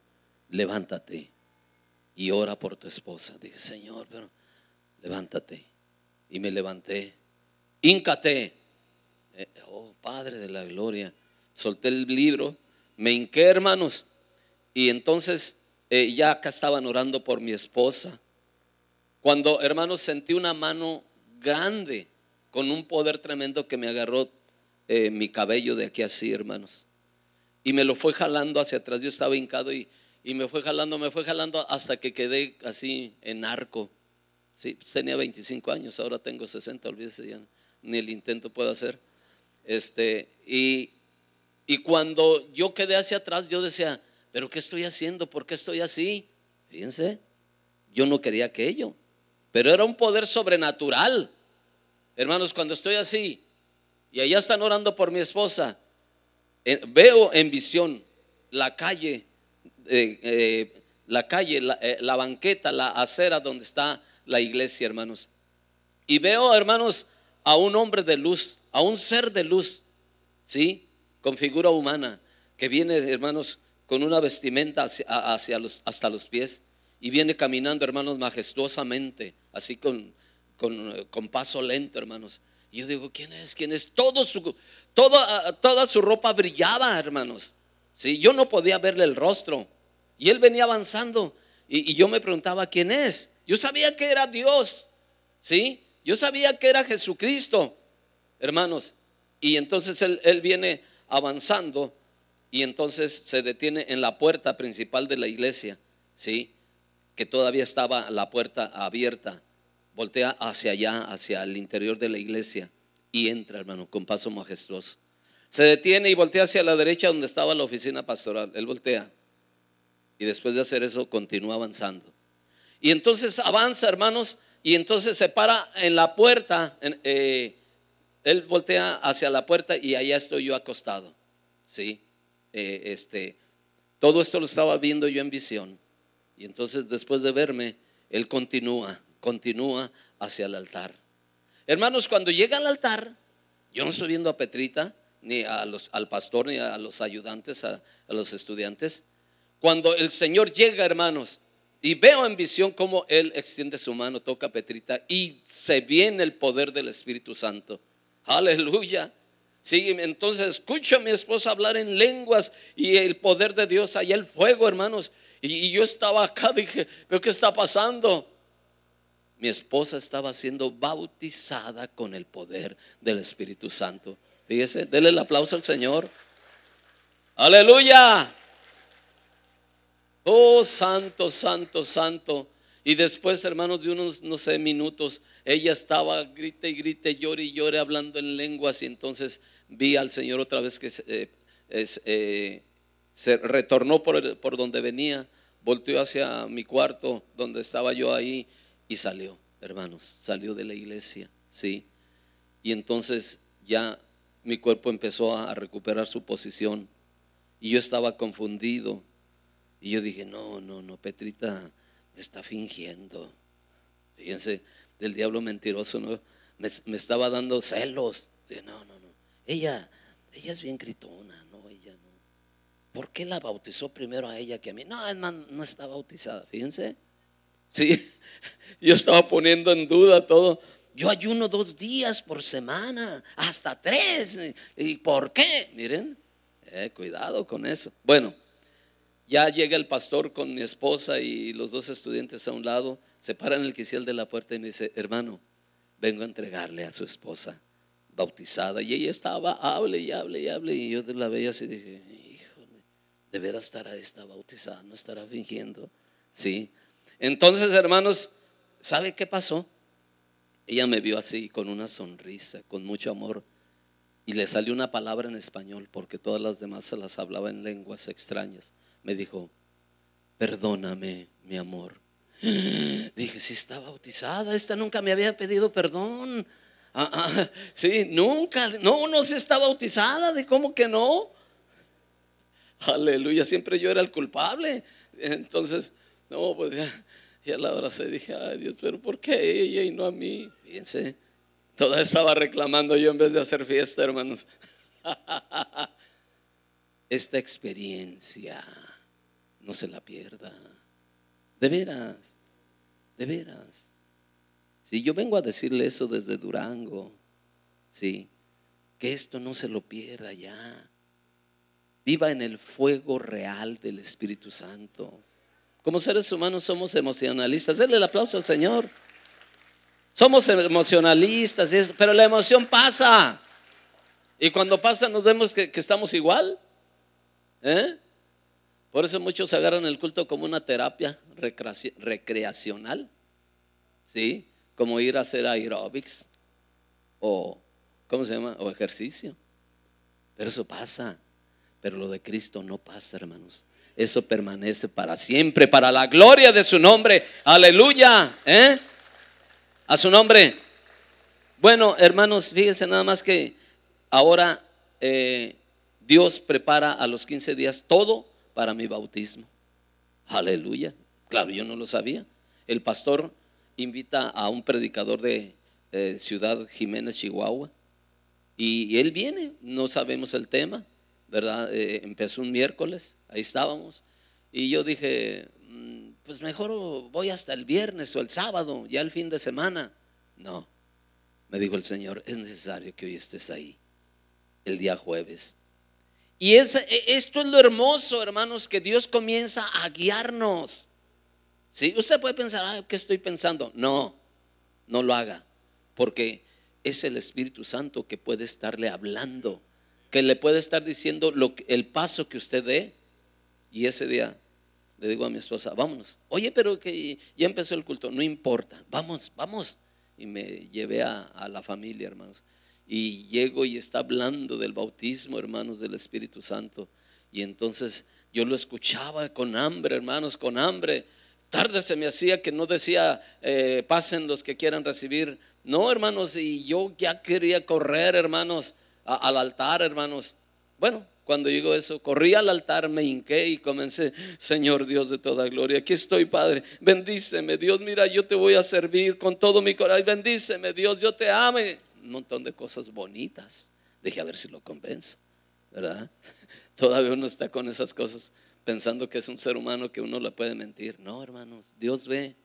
levántate y ora por tu esposa. Dije, Señor, pero levántate y me levanté, híncate. Oh, Padre de la gloria. Solté el libro, me hinqué, hermanos, y entonces ya acá estaban orando por mi esposa. Cuando, hermanos, sentí una mano grande con un poder tremendo que me agarró mi cabello de aquí así, hermanos, y me lo fue jalando hacia atrás. Yo estaba hincado y me fue jalando hasta que quedé así en arco. Sí, pues tenía 25 años, ahora tengo 60, olvídese, ya ni el intento puedo hacer. Y cuando yo quedé hacia atrás, yo decía, ¿pero qué estoy haciendo? ¿Por qué estoy así? Fíjense, yo no quería aquello, pero era un poder sobrenatural. Hermanos, cuando estoy así y allá están orando por mi esposa, veo en visión la calle, la banqueta, la acera donde está la iglesia, hermanos. Y veo, hermanos, a un hombre de luz, a un ser de luz, ¿sí? Con figura humana, que viene, hermanos, con una vestimenta hasta los pies, y viene caminando, hermanos, majestuosamente, así con paso lento, hermanos. Y yo digo, ¿quién es? ¿Quién es? Toda su ropa brillaba, hermanos, ¿sí? Yo no podía verle el rostro, y él venía avanzando, y yo me preguntaba, ¿quién es? Yo sabía que era Dios, ¿sí? Yo sabía que era Jesucristo, hermanos. Y entonces él viene avanzando y entonces se detiene en la puerta principal de la iglesia, ¿sí? Que todavía estaba la puerta abierta. Voltea hacia allá, hacia el interior de la iglesia, y entra, hermano, con paso majestuoso. Se detiene y voltea hacia la derecha donde estaba la oficina pastoral. Él voltea y después de hacer eso continúa avanzando. Y entonces avanza, hermanos, y entonces se para en la puerta. Él voltea hacia la puerta y allá estoy yo acostado, ¿sí? Todo esto lo estaba viendo yo en visión. Y entonces después de verme, él continúa hacia el altar. Hermanos, cuando llega al altar, yo no estoy viendo a Petrita, ni al pastor, ni a los ayudantes, a los estudiantes. Cuando el Señor llega, hermanos, y veo en visión cómo él extiende su mano, toca a Petrita y se viene el poder del Espíritu Santo. Aleluya. Sí, entonces escucho a mi esposa hablar en lenguas y el poder de Dios, allá el fuego, hermanos. Y yo estaba acá, dije, ¿pero qué está pasando? Mi esposa estaba siendo bautizada con el poder del Espíritu Santo. Fíjese, denle el aplauso al Señor. Aleluya. Oh, santo, santo, santo. Y después, hermanos, de unos, no sé, minutos, ella estaba grite y grite, llore y llore, hablando en lenguas. Y entonces vi al Señor otra vez que se retornó por donde venía, volteó hacia mi cuarto donde estaba yo ahí y salió, hermanos, salió de la iglesia, ¿sí? Y entonces ya mi cuerpo empezó a recuperar su posición y yo estaba confundido. Y yo dije, no, Petrita está fingiendo. Fíjense, del diablo mentiroso, ¿no? Me estaba dando celos. Dije, no. Ella es bien gritona, no, ella no. ¿Por qué la bautizó primero a ella que a mí? No, hermano, no está bautizada, fíjense. Sí, yo estaba poniendo en duda todo. Yo ayuno 2 días por semana, hasta 3. ¿Y por qué? Miren, cuidado con eso. Bueno. Ya llega el pastor con mi esposa y los 2 estudiantes a un lado, se paran en el quicial de la puerta y me dice, hermano, vengo a entregarle a su esposa bautizada. Y ella estaba, hable, y yo la veía así y dije, híjole, de veras estará esta bautizada, no estará fingiendo. Sí. Entonces, hermanos, ¿sabe qué pasó? Ella me vio así con una sonrisa, con mucho amor, y le salió una palabra en español porque todas las demás se las hablaba en lenguas extrañas. Me dijo, perdóname, mi amor. Dije, si está bautizada, esta nunca me había pedido perdón. Sí, nunca, no se está bautizada, ¿de cómo que no? Aleluya, siempre yo era el culpable. Entonces, no, pues ya la hora se dije, ay Dios, pero ¿por qué a ella y no a mí? Fíjense, toda estaba reclamando yo en vez de hacer fiesta, hermanos. Esta experiencia no se la pierda. De veras. Sí, yo vengo a decirle eso desde Durango. Sí, que esto no se lo pierda ya. Viva en el fuego real del Espíritu Santo. Como seres humanos somos emocionalistas. Denle el aplauso al Señor. Somos emocionalistas, pero la emoción pasa. Y cuando pasa nos vemos que estamos igual. Por eso muchos agarran el culto como una terapia recreacional. ¿Sí? Como ir a hacer aeróbics o ¿cómo se llama? O ejercicio. Pero eso pasa. Pero lo de Cristo no pasa, hermanos. Eso permanece para siempre, para la gloria de su nombre. Aleluya. A su nombre. Bueno, hermanos, fíjense nada más que ahora Dios prepara a los 15 días todo para mi bautismo. Aleluya. Claro, yo no lo sabía. El pastor invita a un predicador de Ciudad Jiménez, Chihuahua, y él viene. No sabemos el tema, ¿verdad? Empezó un miércoles, ahí estábamos, y yo dije, pues mejor voy hasta el viernes o el sábado, ya el fin de semana. No, me dijo el Señor, es necesario que hoy estés ahí, el día jueves. Y esto es lo hermoso, hermanos, que Dios comienza a guiarnos. ¿Sí? Usted puede pensar, ¿qué estoy pensando? No, no lo haga, porque es el Espíritu Santo que puede estarle hablando, que le puede estar diciendo el paso que usted dé. Y ese día le digo a mi esposa, vámonos. Oye, pero que ya empezó el culto. No importa, vamos. Y me llevé a la familia, hermanos. Y llego y está hablando del bautismo, hermanos, del Espíritu Santo. Y entonces yo lo escuchaba con hambre, hermanos, con hambre. Tarde se me hacía que no decía pasen los que quieran recibir. No, hermanos, y yo ya quería correr, hermanos, al altar, hermanos. Bueno, cuando llegó eso, corrí al altar, me hinqué y comencé, Señor Dios de toda gloria, aquí estoy, Padre, bendíceme, Dios, mira, yo te voy a servir con todo mi corazón, bendíceme, Dios, yo te ame. Un montón de cosas bonitas. Dije, a ver si lo convenzo, ¿verdad? Todavía uno está con esas cosas pensando que es un ser humano, que uno le puede mentir. No, hermanos, Dios ve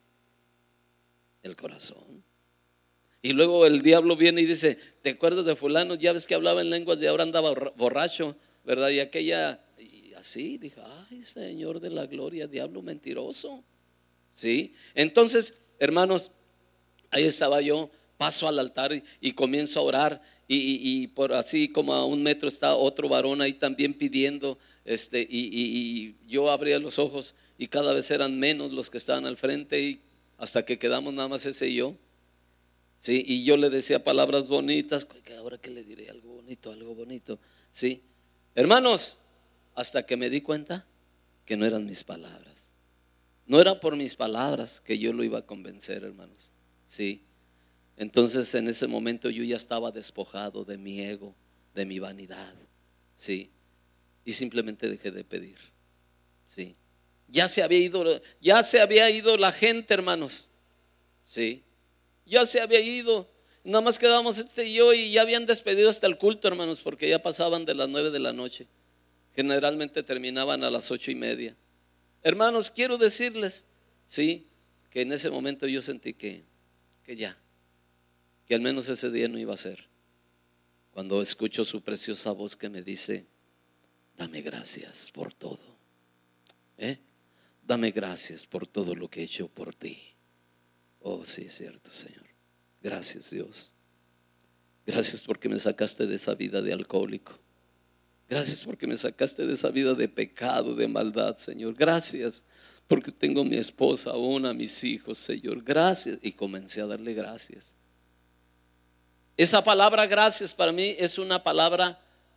el corazón. Y luego el diablo viene y dice, ¿te acuerdas de fulano? Ya ves que hablaba en lenguas y ahora andaba borracho, ¿verdad? Y aquella, y así dije, ay, Señor de la gloria, diablo mentiroso. ¿Sí? Entonces, hermanos, ahí estaba yo, paso al altar y comienzo a orar. Y por así como a 1 metro está otro varón ahí también pidiendo, y yo abría los ojos y cada vez eran menos los que estaban al frente, y hasta que quedamos nada más ese y yo. Sí, y yo le decía palabras bonitas, ahora que le diré algo bonito, sí, hermanos, hasta que me di cuenta que no eran mis palabras, no era por mis palabras que yo lo iba a convencer, hermanos, sí. Entonces en ese momento yo ya estaba despojado de mi ego, de mi vanidad, sí, y simplemente dejé de pedir, sí. Ya se había ido la gente, hermanos, sí. Ya se había ido, nada más quedábamos y yo, y ya habían despedido hasta el culto, hermanos, porque ya pasaban de las 9 de la noche. Generalmente terminaban a las 8:30. Hermanos, quiero decirles, sí, que en ese momento yo sentí que al menos ese día no iba a ser. Cuando escucho su preciosa voz que me dice, dame gracias por todo, dame gracias por todo lo que he hecho por ti. Oh, sí, es cierto, Señor. Gracias, Dios. Gracias porque me sacaste de esa vida de alcohólico. Gracias porque me sacaste de esa vida de pecado, de maldad, Señor. Gracias porque tengo a mi esposa aún, a mis hijos, Señor. Gracias. Y comencé a darle gracias. Esa palabra gracias para mí es una palabra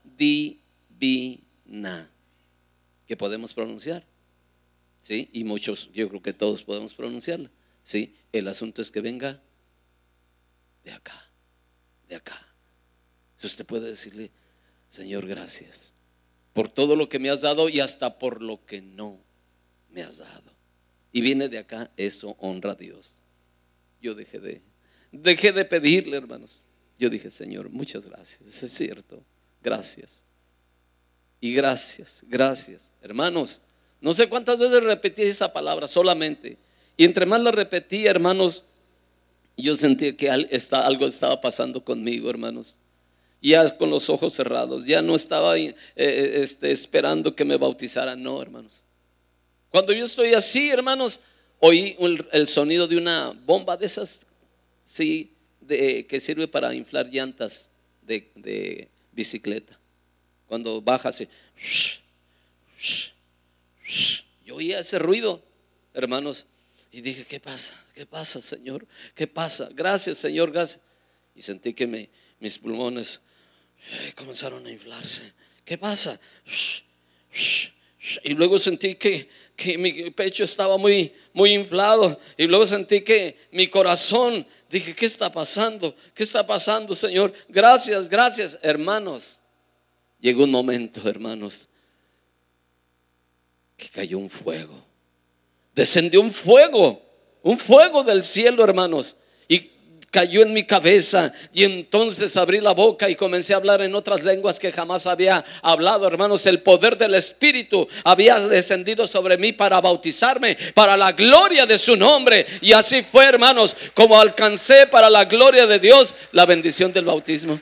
divina que podemos pronunciar, ¿sí? Y muchos, yo creo que todos podemos pronunciarla. Sí, el asunto es que venga de acá, de acá. Si usted puede decirle, Señor, gracias por todo lo que me has dado y hasta por lo que no me has dado. Y viene de acá, eso honra a Dios. Yo dejé de pedirle, hermanos. Yo dije, Señor, muchas gracias, es cierto, gracias. Y gracias, hermanos. No sé cuántas veces repetí esa palabra solamente. Y entre más la repetía, hermanos, Yo sentí que algo estaba pasando conmigo, hermanos. Ya con los ojos cerrados, ya no estaba esperando que me bautizaran, no, hermanos. Cuando yo estoy así, hermanos, oí el sonido de una bomba de esas, sí, que sirve para inflar llantas de bicicleta. Cuando baja así, yo oía ese ruido, hermanos, y dije, ¿qué pasa? ¿Qué pasa, Señor? ¿Qué pasa? Gracias, Señor, gracias. Y sentí que mis pulmones comenzaron a inflarse. ¿Qué pasa? Y luego sentí que mi pecho estaba muy, muy inflado. Y luego sentí que mi corazón, dije, ¿qué está pasando? ¿Qué está pasando, Señor? Gracias, gracias, hermanos. Llegó un momento, hermanos, que cayó un fuego. Descendió un fuego del cielo, hermanos, y cayó en mi cabeza. Y entonces abrí la boca y comencé a hablar en otras lenguas que jamás había hablado, hermanos. El poder del Espíritu había descendido sobre mí para bautizarme, para la gloria de su nombre. Y así fue, hermanos, como alcancé para la gloria de Dios la bendición del bautismo.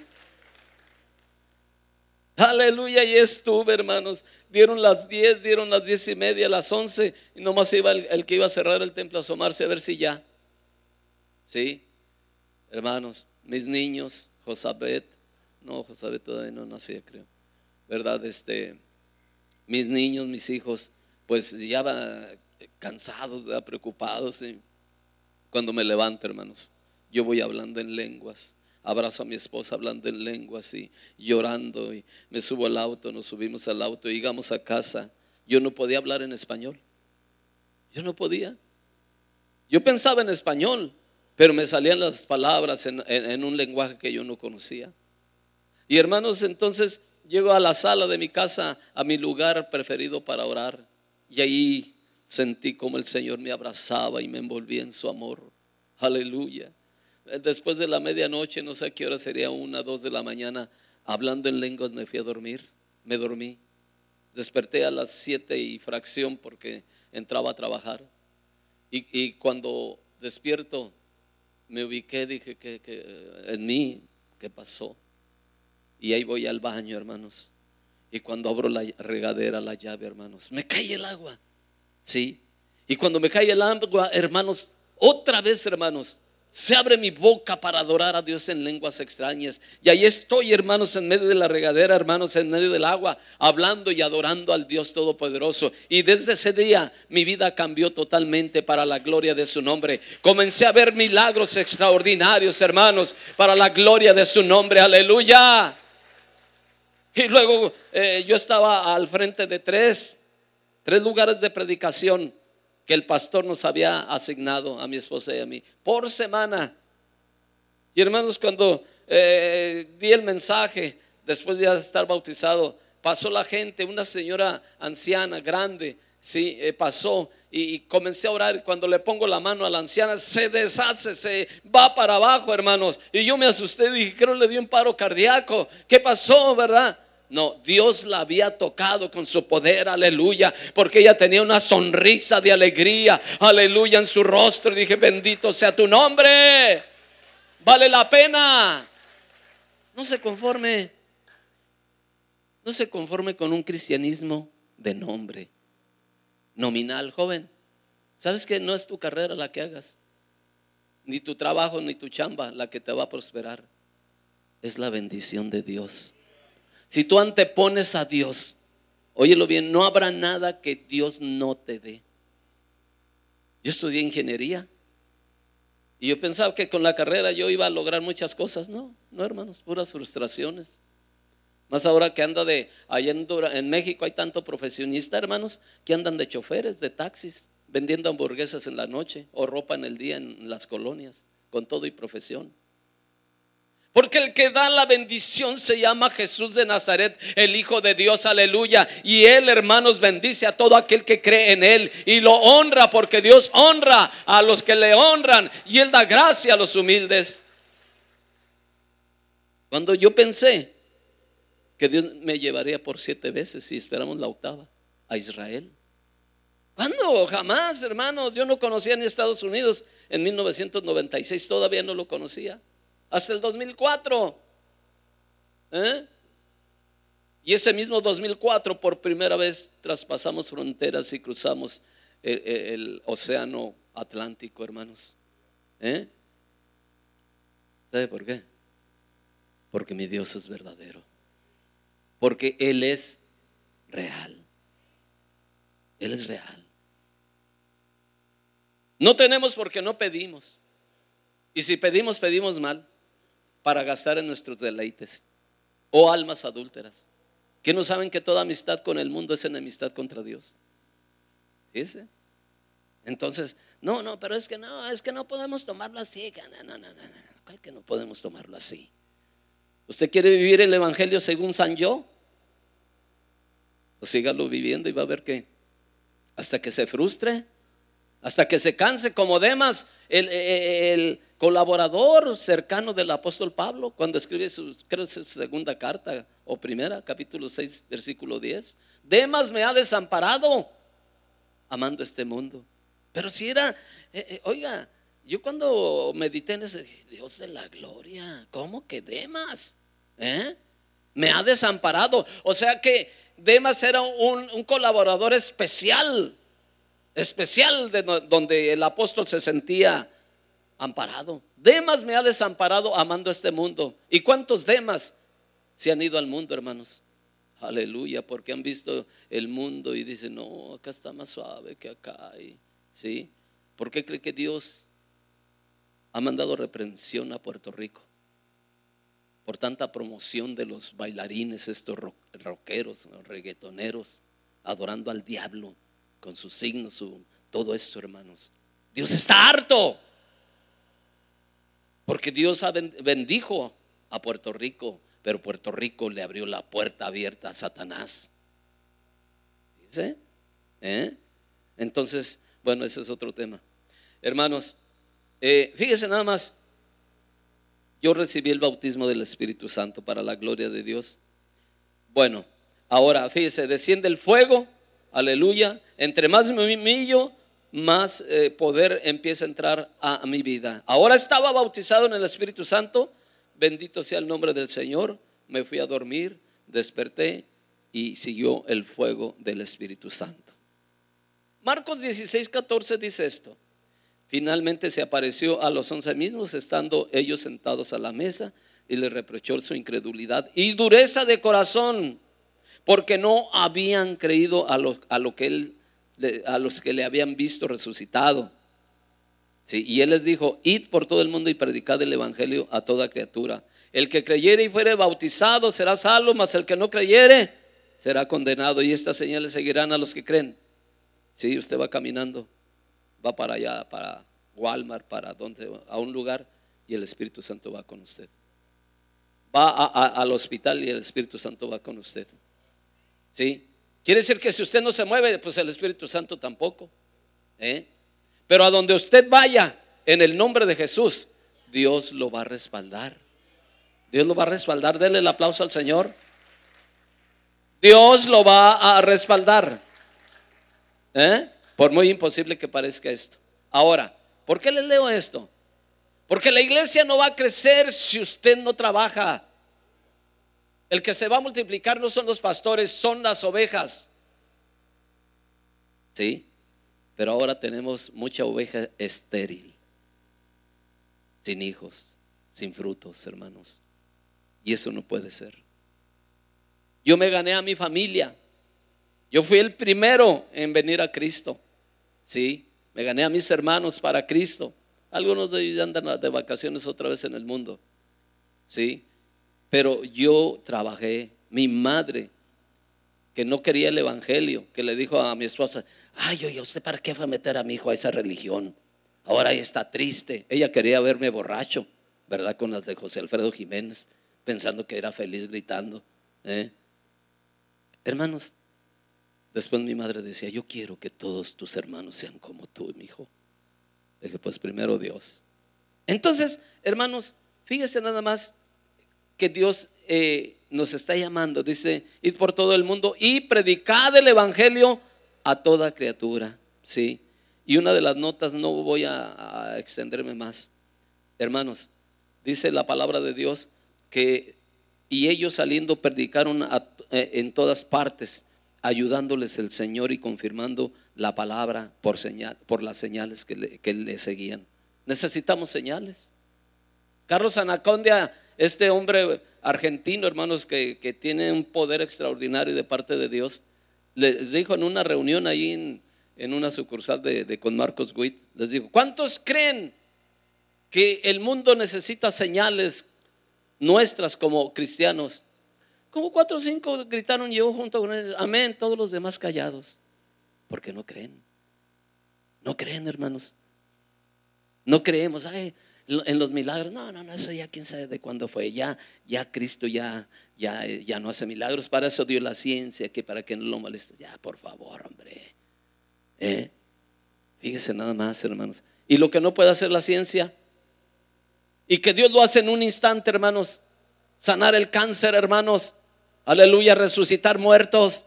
Aleluya, y estuve, hermanos. Dieron las 10, dieron las 10:30, las 11, y nomás iba el que iba a cerrar el templo a asomarse a ver si ya. Sí, hermanos, mis niños, Josabet todavía no nacía, creo, ¿verdad? Mis niños, mis hijos, pues ya van cansados, ¿verdad? Preocupados. Y cuando me levanto, hermanos, yo voy hablando en lenguas. Abrazo a mi esposa hablando en lenguas y llorando, y me subo al auto, nos subimos al auto y llegamos a casa. Yo no podía hablar en español. Yo no podía. Yo pensaba en español, pero me salían las palabras en un lenguaje que yo no conocía. Y hermanos, entonces llego a la sala de mi casa, a mi lugar preferido para orar, y ahí sentí como el Señor me abrazaba y me envolvía en su amor. Aleluya. Después de la medianoche, no sé a qué hora sería, 1, 2 de la mañana, hablando en lenguas me fui a dormir. Me dormí. Desperté a las 7 y fracción porque entraba a trabajar. Y cuando despierto me ubiqué, dije que en mí, ¿qué pasó? Y ahí voy al baño, hermanos. Y cuando abro la regadera, la llave, hermanos, me cae el agua. Sí. Y cuando me cae el agua, hermanos, otra vez, hermanos, se abre mi boca para adorar a Dios en lenguas extrañas. Y ahí estoy, hermanos, en medio de la regadera, hermanos, en medio del agua, hablando y adorando al Dios Todopoderoso. Y desde ese día mi vida cambió totalmente para la gloria de su nombre. Comencé a ver milagros extraordinarios, hermanos, para la gloria de su nombre. Aleluya. Y luego yo estaba al frente de tres lugares de predicación que el pastor nos había asignado a mi esposa y a mí por semana. Y hermanos, cuando di el mensaje, después de estar bautizado, pasó la gente, una señora anciana, grande, sí, pasó y comencé a orar. Cuando le pongo la mano a la anciana, se deshace, se va para abajo, hermanos. Y yo me asusté, dije, creo le dio un paro cardíaco. ¿Qué pasó, verdad? No, Dios la había tocado con su poder, aleluya, porque ella tenía una sonrisa de alegría, aleluya, en su rostro. Y dije, bendito sea tu nombre, vale la pena. No se conforme con un cristianismo de nombre, nominal, joven. ¿Sabes que no es tu carrera la que hagas, ni tu trabajo, ni tu chamba la que te va a prosperar? Es la bendición de Dios. Si tú antepones a Dios, óyelo bien, no habrá nada que Dios no te dé. Yo estudié ingeniería y yo pensaba que con la carrera yo iba a lograr muchas cosas. No, hermanos, puras frustraciones. Más ahora que anda allá en México hay tanto profesionista, hermanos, que andan de choferes, de taxis, vendiendo hamburguesas en la noche o ropa en el día en las colonias, con todo y profesión. Porque el que da la bendición se llama Jesús de Nazaret, el Hijo de Dios, aleluya. Y Él, hermanos, bendice a todo aquel que cree en Él y lo honra, porque Dios honra a los que le honran y Él da gracia a los humildes. Cuando yo pensé que Dios me llevaría por 7 veces, si esperamos la octava, a Israel, ¿Cuándo? Jamás, hermanos. Yo no conocía ni Estados Unidos en 1996, todavía no lo conocía. Hasta el 2004. Y ese mismo 2004 por primera vez traspasamos fronteras y cruzamos el océano Atlántico, hermanos. ¿Sabe por qué? Porque mi Dios es verdadero. Porque Él es real. Él es real. No tenemos porque no pedimos. Y si pedimos, pedimos mal, para gastar en nuestros deleites. O almas adúlteras, que no saben que toda amistad con el mundo es enemistad contra Dios. ¿Dice? Entonces, pero es que no podemos tomarlo así. No. ¿Cuál que no podemos tomarlo así? ¿Usted quiere vivir el evangelio según San Yo? Pues sígalo viviendo y va a ver que hasta que se frustre, hasta que se canse, como Demas, el colaborador cercano del apóstol Pablo, cuando escribe su segunda carta o primera, capítulo 6, versículo 10. Demas me ha desamparado amando este mundo. Pero si era, oiga, yo cuando medité en ese, Dios de la gloria, ¿cómo que Demas? Me ha desamparado. O sea que Demas era un colaborador especial de donde el apóstol se sentía amparado. Demas me ha desamparado amando este mundo. ¿Y cuántos Demas se han ido al mundo, hermanos? Aleluya, porque han visto el mundo y dicen, no, acá está más suave que acá. ¿Sí? ¿Por qué cree que Dios ha mandado reprensión a Puerto Rico? Por tanta promoción de los bailarines, estos rockeros, reggaetoneros, adorando al diablo con sus signos, todo esto, hermanos. Dios está harto, porque Dios bendijo a Puerto Rico, pero Puerto Rico le abrió la puerta abierta a Satanás. ¿Dice? Entonces, bueno, ese es otro tema, hermanos. Fíjese nada más. Yo recibí el bautismo del Espíritu Santo para la gloria de Dios. Bueno, ahora fíjese, desciende el fuego, aleluya. Entre más me humillo, más poder empieza a entrar a mi vida. Ahora estaba bautizado en el Espíritu Santo, bendito sea el nombre del Señor. Me fui a dormir, desperté y siguió el fuego del Espíritu Santo. Marcos 16:14 dice esto: finalmente se apareció a los 11 mismos, estando ellos sentados a la mesa, y les reprochó su incredulidad y dureza de corazón, porque no habían creído a los que le habían visto resucitado. Sí, y él les dijo: id por todo el mundo y predicad el evangelio a toda criatura. El que creyere y fuere bautizado será salvo, mas el que no creyere será condenado. Y estas señales seguirán a los que creen. Sí, usted va caminando, va para allá, para Walmart, para donde, a un lugar, y el Espíritu Santo va con usted. Va al hospital y el Espíritu Santo va con usted. ¿Sí? Quiere decir que si usted no se mueve, pues el Espíritu Santo tampoco. Pero a donde usted vaya, en el nombre de Jesús, Dios lo va a respaldar. Dios lo va a respaldar. Denle el aplauso al Señor. Dios lo va a respaldar. Por muy imposible que parezca esto. Ahora, ¿por qué les leo esto? Porque la iglesia no va a crecer si usted no trabaja. El que se va a multiplicar no son los pastores, son las ovejas. ¿Sí? Pero ahora tenemos mucha oveja estéril, sin hijos, sin frutos, hermanos. Y eso no puede ser. Yo me gané a mi familia. Yo fui el primero en venir a Cristo. Sí, me gané a mis hermanos para Cristo. Algunos de ellos ya andan de vacaciones otra vez en el mundo. Sí, pero yo trabajé. Mi madre, que no quería el evangelio, que le dijo a mi esposa: ay, oye, ¿usted para qué fue a meter a mi hijo a esa religión? Ahora ella está triste. Ella quería verme borracho, ¿verdad? Con las de José Alfredo Jiménez, pensando que era feliz gritando. Hermanos, después mi madre decía: yo quiero que todos tus hermanos sean como tú, mi hijo. Le dije: pues primero Dios. Entonces, hermanos, fíjese nada más que Dios nos está llamando. Dice: id por todo el mundo y predicad el evangelio a toda criatura. Sí. Y una de las notas, no voy a extenderme más, hermanos, dice la palabra de Dios que y ellos saliendo predicaron en todas partes, ayudándoles el Señor y confirmando la palabra por las señales que le seguían. Necesitamos señales. Carlos Anacondia, este hombre argentino, hermanos, que tiene un poder extraordinario de parte de Dios, les dijo en una reunión ahí en una sucursal de con Marcos Witt, les dijo: ¿cuántos creen que el mundo necesita señales nuestras como cristianos? Como 4 o 5 gritaron, yo junto con ellos, amén. Todos los demás callados, porque no creen. No creen, hermanos. No creemos en los milagros. No, eso ya quién sabe de cuándo fue. Ya Cristo ya no hace milagros. Para eso dio la ciencia, que para que no lo moleste. Ya, por favor, hombre. Fíjese nada más, hermanos. Y lo que no puede hacer la ciencia, y que Dios lo hace en un instante, hermanos. Sanar el cáncer, hermanos. Aleluya, resucitar muertos.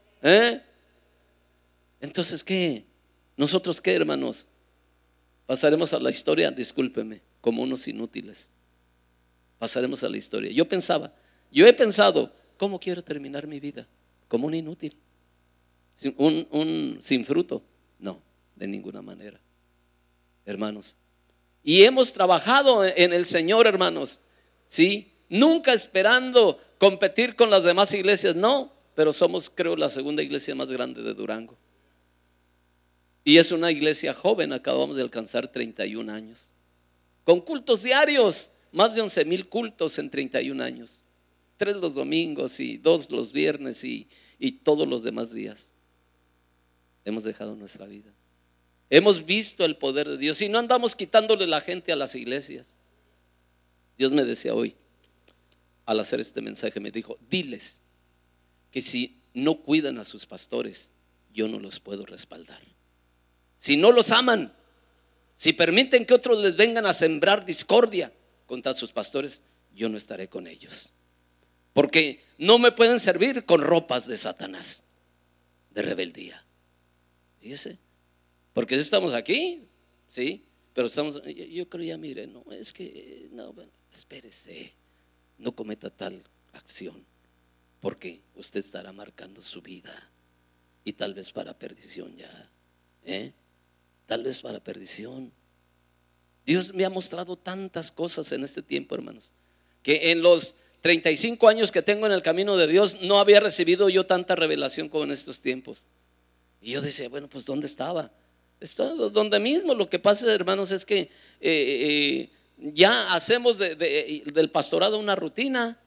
Entonces, ¿qué? ¿Nosotros qué, hermanos? Pasaremos a la historia, discúlpeme, como unos inútiles. Pasaremos a la historia. Yo he pensado, ¿cómo quiero terminar mi vida? Como un inútil, sin fruto. No, de ninguna manera, hermanos. Y hemos trabajado en el Señor, hermanos, ¿sí? Nunca esperando competir con las demás iglesias, no. Pero somos, creo, la segunda iglesia más grande de Durango. Y es una iglesia joven, acabamos de alcanzar 31 años. Con cultos diarios, más de 11,000 cultos en 31 años. 3 los domingos y 2 los viernes y todos los demás días. Hemos dejado nuestra vida. Hemos visto el poder de Dios y no andamos quitándole la gente a las iglesias. Dios me decía hoy, al hacer este mensaje, me dijo: diles que si no cuidan a sus pastores, yo no los puedo respaldar. Si no los aman, si permiten que otros les vengan a sembrar discordia contra sus pastores, yo no estaré con ellos. Porque no me pueden servir con ropas de Satanás, de rebeldía. Fíjese, porque estamos aquí, sí, pero estamos, yo creo, ya mire, no, es que, no, bueno, espérese, no cometa tal acción, porque usted estará marcando su vida y tal vez para perdición ya, tal vez para perdición. Dios me ha mostrado tantas cosas en este tiempo, hermanos, que en los 35 años que tengo en el camino de Dios no había recibido yo tanta revelación como en estos tiempos. Y yo decía, bueno, pues ¿dónde estaba? Estaba donde mismo. Lo que pasa, hermanos, es que ya hacemos del pastorado una rutina.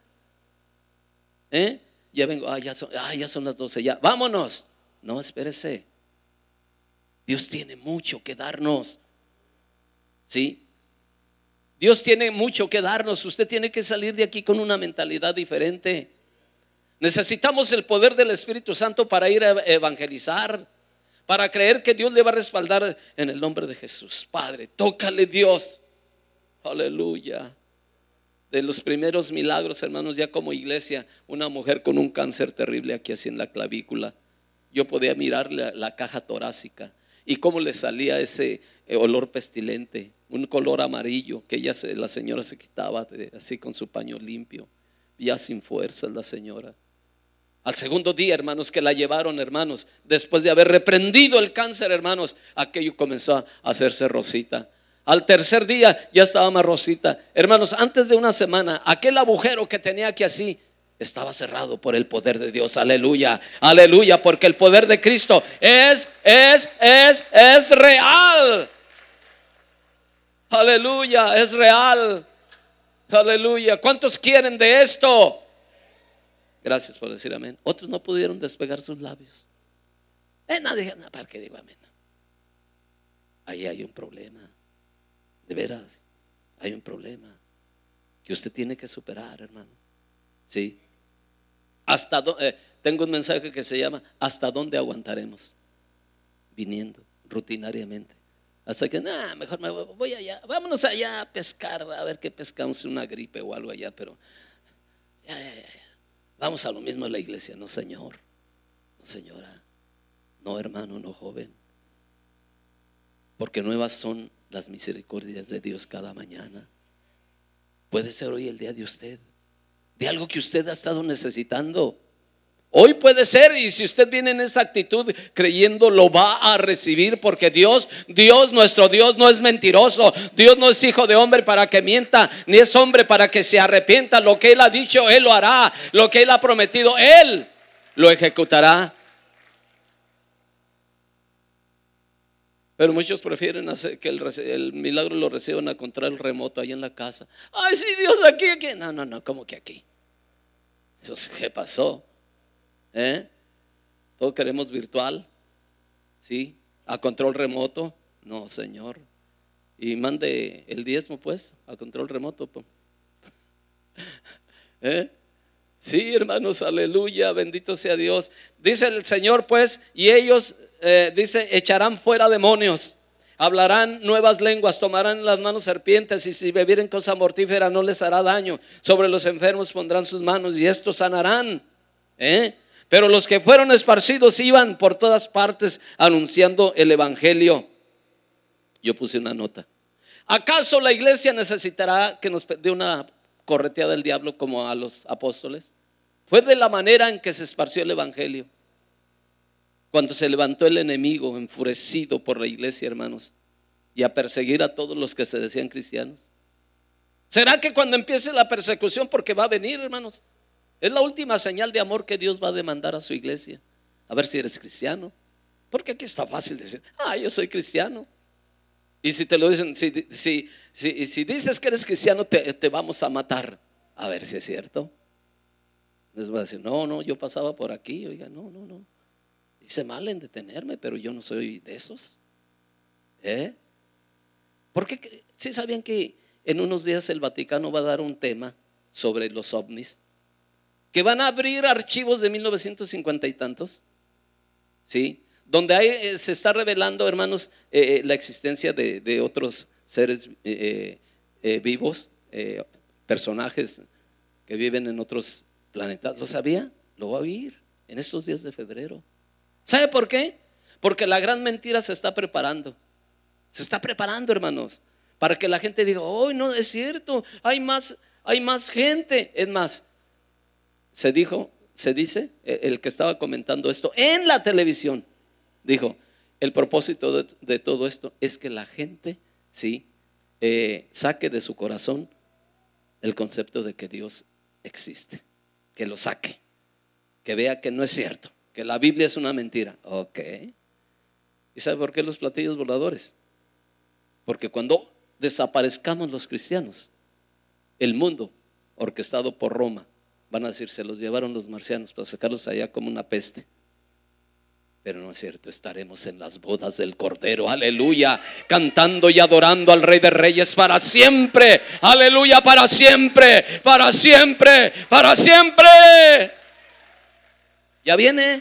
Ya vengo, ya son las 12, ya, vámonos. No, espérese. Dios tiene mucho que darnos. ¿Sí? Dios tiene mucho que darnos. Usted tiene que salir de aquí con una mentalidad diferente. Necesitamos el poder del Espíritu Santo para ir a evangelizar, para creer que Dios le va a respaldar en el nombre de Jesús. Padre, tócale, Dios. Aleluya. De los primeros milagros, hermanos, ya como iglesia, una mujer con un cáncer terrible aquí así en la clavícula, yo podía mirar la caja torácica y cómo le salía ese olor pestilente, un color amarillo que la señora se quitaba así con su paño limpio, ya sin fuerzas la señora. Al segundo día, hermanos, que la llevaron, hermanos, después de haber reprendido el cáncer, hermanos, aquello comenzó a hacerse rosita. Al tercer día ya estaba más rosita. Hermanos, antes de una semana, aquel agujero que tenía aquí así estaba cerrado por el poder de Dios. Aleluya, aleluya, porque el poder de Cristo es real. Aleluya, es real. Aleluya. ¿Cuántos quieren de esto? Gracias por decir amén. Otros no pudieron despegar sus labios. Nadie, ¿para qué digo amén? Ahí hay un problema. De veras, hay un problema que usted tiene que superar, hermano. Sí. Tengo un mensaje que se llama ¿hasta dónde aguantaremos? Viniendo rutinariamente. Hasta que, mejor me voy allá. Vámonos allá a pescar, a ver qué pescamos, una gripe o algo allá, pero ya. Vamos a lo mismo en la iglesia. No, señor. No, señora. No, hermano, no, joven. porque nuevas son las misericordias de Dios cada mañana. Puede ser hoy el día de usted, de algo que usted ha estado necesitando. Hoy puede ser, y si usted viene en esa actitud creyendo, lo va a recibir, porque Dios, nuestro Dios no es mentiroso. Dios no es hijo de hombre para que mienta, ni es hombre para que se arrepienta. Lo que Él ha dicho, Él lo hará. Lo que Él ha prometido, Él lo ejecutará. Pero muchos prefieren hacer que el milagro lo reciban a control remoto ahí en la casa. Ay, sí, Dios, aquí. No, ¿cómo que aquí? Dios, ¿qué pasó? Todo queremos virtual, ¿sí? A control remoto. No, Señor. Y mande el diezmo, pues, a control remoto, pues. Sí, hermanos, aleluya, bendito sea Dios. Dice el Señor, pues, y ellos, dice, echarán fuera demonios, hablarán nuevas lenguas, tomarán en las manos serpientes, y si bebieren cosa mortífera no les hará daño. Sobre los enfermos pondrán sus manos y estos sanarán. Pero los que fueron esparcidos iban por todas partes anunciando el evangelio. Yo puse una nota. ¿Acaso la iglesia necesitará que nos dé una correteada del diablo como a los apóstoles? Fue de la manera en que se esparció el evangelio, cuando se levantó el enemigo enfurecido por la iglesia, hermanos, y a perseguir a todos los que se decían cristianos. ¿Será que cuando empiece la persecución, porque va a venir, hermanos, es la última señal de amor que Dios va a demandar a su iglesia? A ver si eres cristiano. Porque aquí está fácil decir, yo soy cristiano. Y si te lo dicen, si dices que eres cristiano, te vamos a matar. A ver si es cierto. Les voy a decir, no, yo pasaba por aquí. Oiga, no. Hice mal en detenerme, pero yo no soy de esos. Porque ¿sí sabían que en unos días el Vaticano va a dar un tema sobre los ovnis? Que van a abrir archivos de 1950 y tantos, ¿sí? Donde se está revelando, hermanos, la existencia de otros seres vivos, personajes que viven en otros planetas. ¿Lo sabía? Lo va a oír en estos días de febrero. ¿Sabe por qué? Porque la gran mentira se está preparando. Se está preparando, hermanos, para que la gente diga, no es cierto, hay más gente. Es más, se dice, el que estaba comentando esto en la televisión, dijo, el propósito de todo esto es que la gente, sí, saque de su corazón el concepto de que Dios existe, que lo saque, que vea que no es cierto, que la Biblia es una mentira. Ok. ¿Y sabe por qué los platillos voladores? Porque cuando desaparezcamos los cristianos, el mundo orquestado por Roma, van a decir, se los llevaron los marcianos para sacarlos allá como una peste. Pero no es cierto, estaremos en las bodas del Cordero, aleluya, cantando y adorando al Rey de Reyes para siempre, aleluya, para siempre, para siempre, para siempre. Ya viene.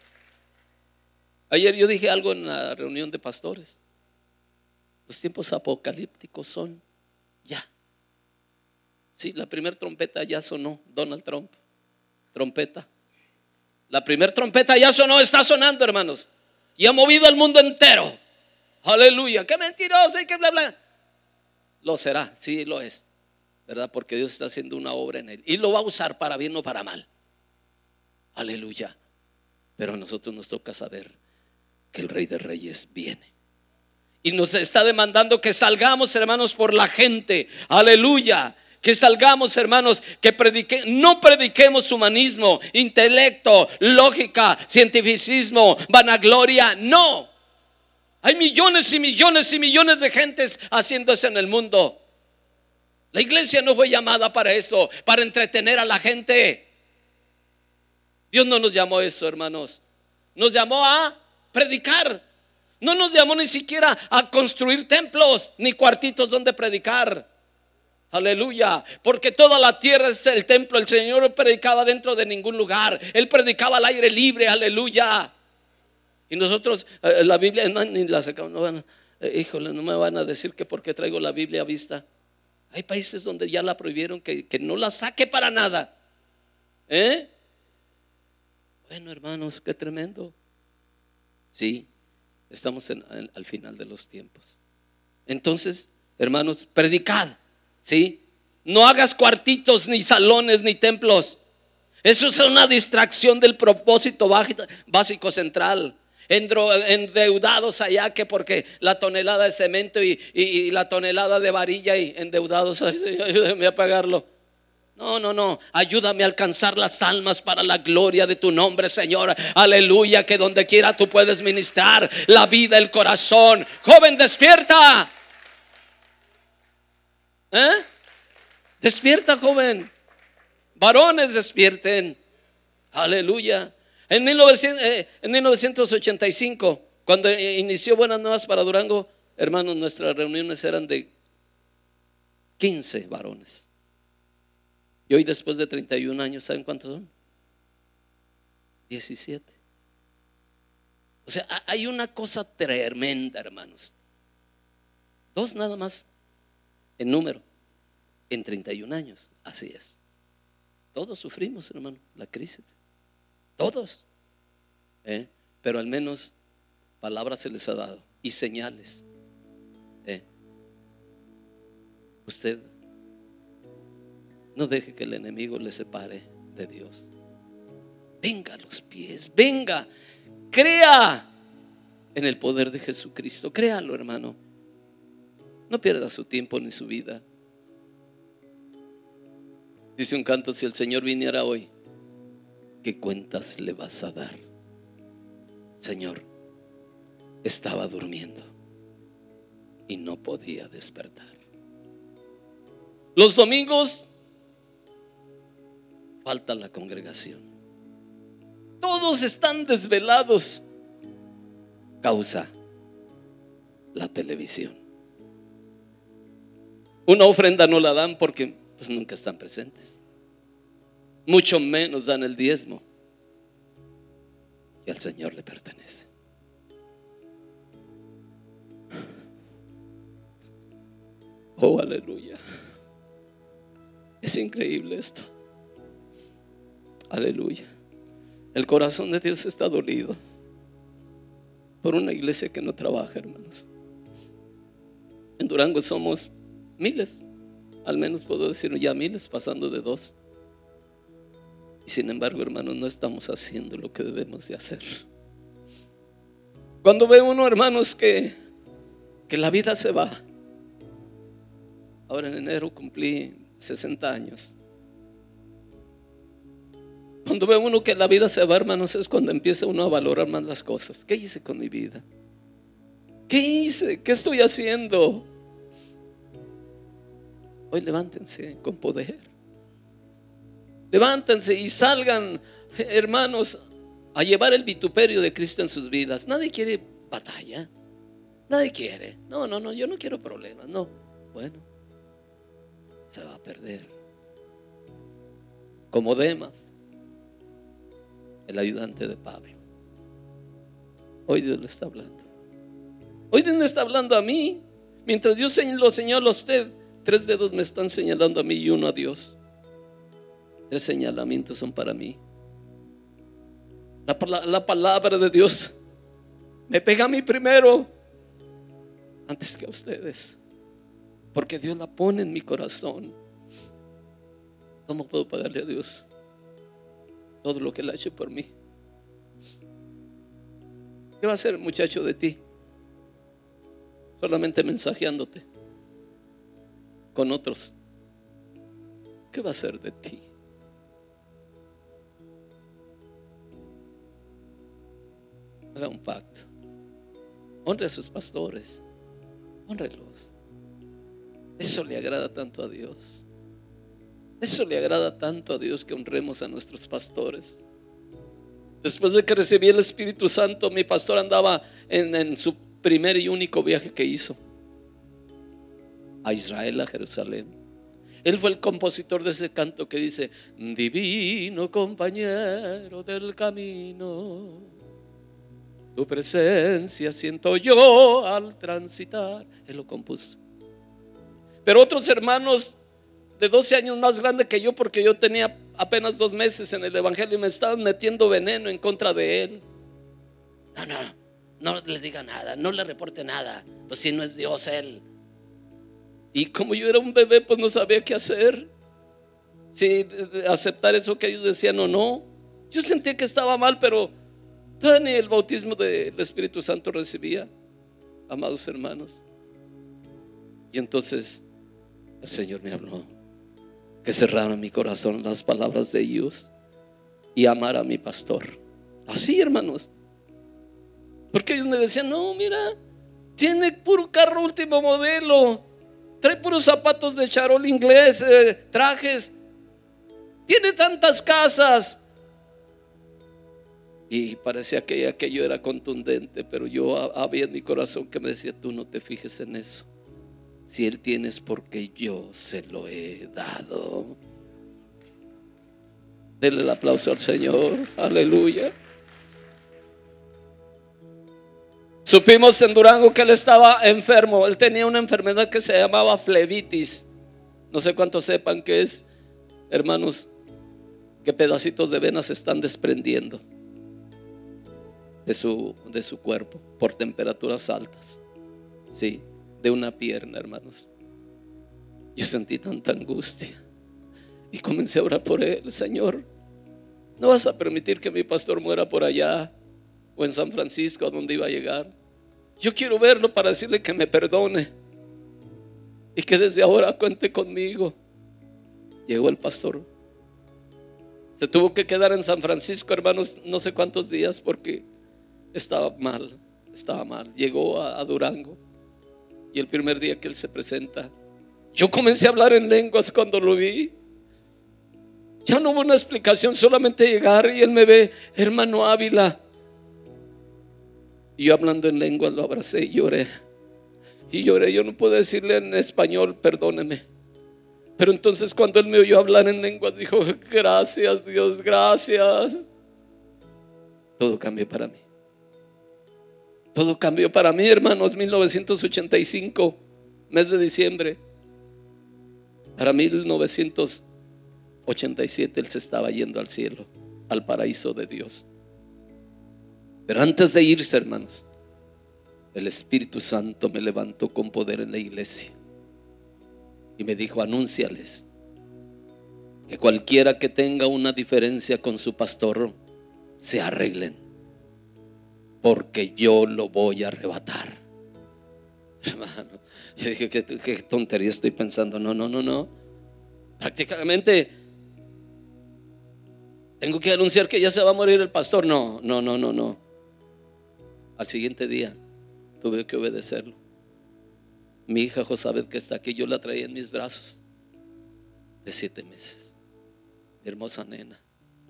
Ayer yo dije algo en la reunión de pastores. Los tiempos apocalípticos son ya. Sí, la primera trompeta ya sonó. Donald Trump, trompeta. La primera trompeta ya sonó, está sonando, hermanos, y ha movido al mundo entero. Aleluya, qué mentiroso y qué bla bla. Lo será, sí lo es, ¿verdad? Porque Dios está haciendo una obra en él y lo va a usar para bien o para mal. Aleluya. Pero a nosotros nos toca saber que el Rey de Reyes viene y nos está demandando que salgamos, hermanos, por la gente. Aleluya. Que salgamos, hermanos, que no prediquemos humanismo, intelecto, lógica, cientificismo, vanagloria. No. Hay millones y millones y millones de gentes haciendo eso en el mundo. La iglesia no fue llamada para eso, para entretener a la gente. Dios no nos llamó a eso, hermanos. Nos llamó a predicar. No nos llamó ni siquiera a construir templos ni cuartitos donde predicar. Aleluya, porque toda la tierra es el templo. El Señor no predicaba dentro de ningún lugar, Él predicaba al aire libre, aleluya. Y nosotros la Biblia ni la sacamos. Híjole, no me van a decir que porque traigo la Biblia a vista. Hay países donde ya la prohibieron, que no la saque para nada. Bueno, hermanos, qué tremendo. Sí, Estamos al final de los tiempos. Entonces, hermanos, predicad, ¿sí? No hagas cuartitos, ni salones, ni templos. Eso es una distracción del propósito básico central. Endeudados allá, que porque la tonelada de cemento y la tonelada de varilla, y endeudados. Ay, Señor, ayúdame a pagarlo. No, ayúdame a alcanzar las almas para la gloria de tu nombre, Señor. Aleluya, que donde quiera tú puedes ministrar la vida, el corazón. Joven, despierta. Despierta, joven. Varones, despierten. Aleluya. En 1985, cuando inició Buenas Nuevas para Durango, hermanos, nuestras reuniones eran de 15 varones. Y hoy, después de 31 años, ¿saben cuántos son? 17. O sea, hay una cosa tremenda, hermanos. 2 nada más en número, en 31 años. Así es. Todos sufrimos, hermano, la crisis. Todos. Pero al menos palabras se les ha dado y señales. Usted no deje que el enemigo le separe de Dios. Venga a los pies, venga, crea en el poder de Jesucristo. Créalo, hermano. No pierda su tiempo ni su vida. Dice un canto: si el Señor viniera hoy, ¿qué cuentas le vas a dar? Señor, estaba durmiendo y no podía despertar. Los domingos falta la congregación. Todos están desvelados. Causa la televisión. Una ofrenda no la dan porque pues nunca están presentes. Mucho menos dan el diezmo, y al Señor le pertenece. Oh, aleluya. Es increíble esto. Aleluya. El corazón de Dios está dolido por una iglesia que no trabaja, hermanos. En Durango somos miles, al menos puedo decir ya miles, pasando de 2. Y sin embargo, hermanos, no estamos haciendo lo que debemos de hacer. Cuando ve uno, hermanos, que la vida se va. Ahora en enero cumplí 60 años. Cuando ve uno que la vida se va, hermanos, es cuando empieza uno a valorar más las cosas. ¿Qué hice con mi vida? ¿Qué hice? ¿Qué estoy haciendo? Hoy levántense con poder. Levántense y salgan, hermanos, a llevar el vituperio de Cristo en sus vidas. Nadie quiere batalla. Nadie quiere. No, yo no quiero problemas. No. Bueno, se va a perder. Como Demas, el ayudante de Pablo. Hoy Dios le está hablando. Hoy Dios me está hablando a mí. Mientras Dios lo señala a usted, 3 dedos me están señalando a mí y 1 a Dios. 3 señalamientos son para mí. La palabra de Dios me pega a mí primero, antes que a ustedes, porque Dios la pone en mi corazón. ¿Cómo puedo pagarle a Dios todo lo que Él ha hecho por mí? ¿Qué va a hacer, muchacho, de ti? Solamente mensajeándote con otros. ¿Qué va a hacer de ti? Haga un pacto. Honre a sus pastores. Honrelos. Eso le agrada tanto a Dios. Eso le agrada tanto a Dios, que honremos a nuestros pastores. Después de que recibí el Espíritu Santo, mi pastor andaba en su primer y único viaje que hizo a Israel, a Jerusalén. Él fue el compositor de ese canto que dice: divino compañero del camino, tu presencia siento yo al transitar. Él lo compuso. Pero otros hermanos de 12 años más grande que yo, porque yo tenía apenas 2 meses en el evangelio, y me estaban metiendo veneno en contra de él. No, no le diga nada, no le reporte nada, pues si no es Dios él. Y como yo era un bebé, pues no sabía qué hacer, si aceptar eso que ellos decían o no. Yo sentía que estaba mal, pero todavía ni el bautismo del Espíritu Santo recibía, amados hermanos. Y entonces el Señor me habló que cerrara mi corazón las palabras de ellos y amara a mi pastor. Así, hermanos. Porque ellos me decían: no, mira, tiene puro carro último modelo, trae puros zapatos de charol inglés, trajes, tiene tantas casas. Y parecía que aquello era contundente, pero yo había en mi corazón que me decía: tú no te fijes en eso. Si él tiene es porque yo se lo he dado. Denle el aplauso al Señor. Aleluya. Supimos en Durango que él estaba enfermo. Él tenía una enfermedad que se llamaba flebitis. No sé cuántos sepan que es, hermanos, que pedacitos de venas se están desprendiendo de su cuerpo por temperaturas altas. Sí, de una pierna, hermanos. Yo sentí tanta angustia y comencé a orar por él. Señor, no vas a permitir que mi pastor muera por allá o en San Francisco, a donde iba a llegar. Yo quiero verlo para decirle que me perdone y que desde ahora cuente conmigo. Llegó el pastor, se tuvo que quedar en San Francisco, hermanos, no sé cuántos días, porque estaba mal. Llegó a Durango, y el primer día que él se presenta, yo comencé a hablar en lenguas cuando lo vi. Ya no hubo una explicación, solamente llegar y él me ve: hermano Ávila. Y yo, hablando en lenguas, lo abracé y lloré. Yo no pude decirle en español: perdóneme. Pero entonces, cuando él me oyó hablar en lenguas, dijo: gracias Dios, gracias. Todo cambió para mí. Todo cambió para mí, hermanos. 1985, mes de diciembre. Para 1987 él se estaba yendo al cielo, al paraíso de Dios. Pero antes de irse, hermanos, el Espíritu Santo me levantó con poder en la iglesia y me dijo: anúnciales que cualquiera que tenga una diferencia con su pastor se arreglen, porque yo lo voy a arrebatar. Hermano, yo dije: qué tontería estoy pensando. No. Prácticamente tengo que anunciar que ya se va a morir el pastor. No. Al siguiente día tuve que obedecerlo. Mi hija Josabet, que está aquí, yo la traía en mis brazos, de 7 meses. Hermosa nena.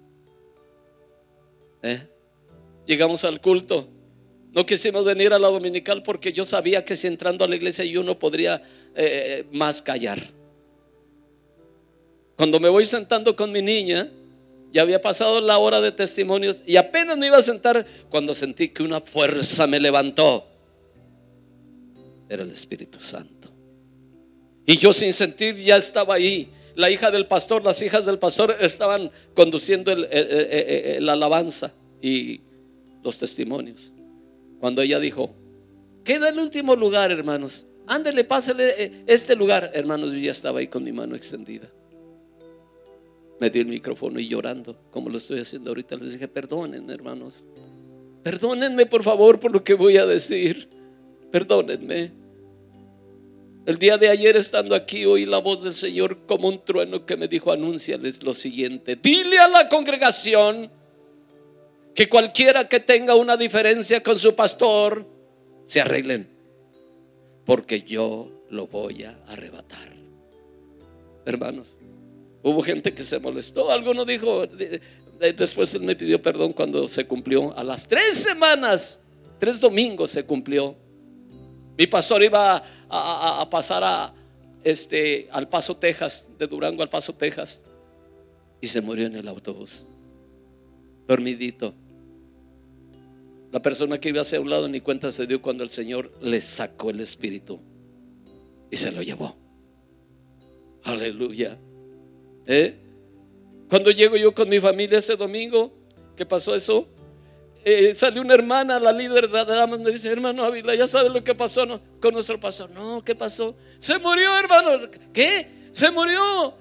Llegamos al culto. No quisimos venir a la dominical porque yo sabía que si entrando a la iglesia yo no podría más callar. Cuando me voy sentando con mi niña, ya había pasado la hora de testimonios y apenas me iba a sentar cuando sentí que una fuerza me levantó. Era el Espíritu Santo. Y yo, sin sentir, ya estaba ahí. La hija del pastor, las hijas del pastor estaban conduciendo la alabanza y los testimonios. Cuando ella dijo: queda el último lugar, hermanos, ándele, pásale este lugar. Hermanos, yo ya estaba ahí con mi mano extendida. Me dio el micrófono y llorando, como lo estoy haciendo ahorita, les dije: perdónenme, hermanos, perdónenme por favor por lo que voy a decir. Perdónenme. El día de ayer, estando aquí, oí la voz del Señor como un trueno que me dijo: anúnciales lo siguiente, dile a la congregación que cualquiera que tenga una diferencia con su pastor se arreglen, porque yo lo voy a arrebatar. Hermanos, hubo gente que se molestó. Alguno dijo, después él me pidió perdón cuando se cumplió. A las 3 semanas, 3 domingos se cumplió. Mi pastor iba a pasar al Paso, Texas, de Durango al Paso, Texas, y se murió en el autobús, dormidito. La persona que iba hacia un lado ni cuenta se dio cuando el Señor le sacó el espíritu y se lo llevó. Aleluya. Cuando llego yo con mi familia ese domingo que pasó eso, salió una hermana, la líder de damas, me dice: hermano Ávila, ¿ya sabe lo que pasó con nuestro pastor? No, ¿qué pasó? Se murió, hermano. ¿Qué? Se murió.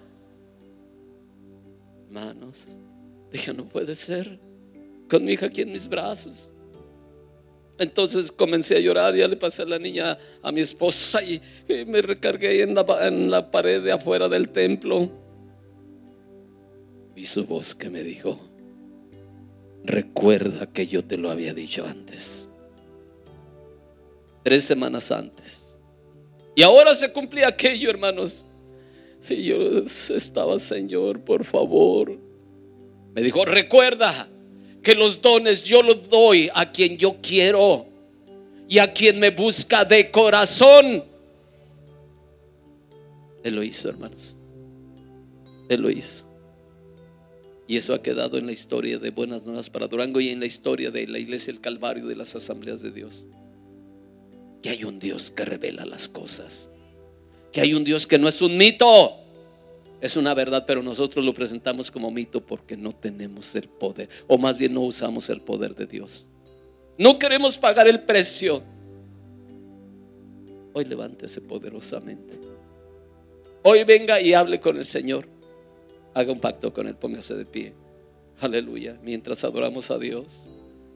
Hermanos, dije: no puede ser, con mi hija aquí en mis brazos. Entonces comencé a llorar, ya le pasé a la niña a mi esposa y me recargué en la pared de afuera del templo. Y su voz que me dijo: recuerda que yo te lo había dicho antes, 3 semanas antes. Y ahora se cumplía aquello, hermanos. Y yo estaba: Señor, por favor. Me dijo: recuerda que los dones yo los doy a quien yo quiero y a quien me busca de corazón. Él lo hizo, hermanos. Él lo hizo. Y eso ha quedado en la historia de Buenas Nuevas para Durango y en la historia de la Iglesia del Calvario, de las Asambleas de Dios. Que hay un Dios que revela las cosas, que hay un Dios que no es un mito, es una verdad, pero nosotros lo presentamos como mito porque no tenemos el poder, o más bien no usamos el poder de Dios. No queremos pagar el precio. Hoy levántese poderosamente. Hoy venga y hable con el Señor. Haga un pacto con Él, póngase de pie. Aleluya. Mientras adoramos a Dios.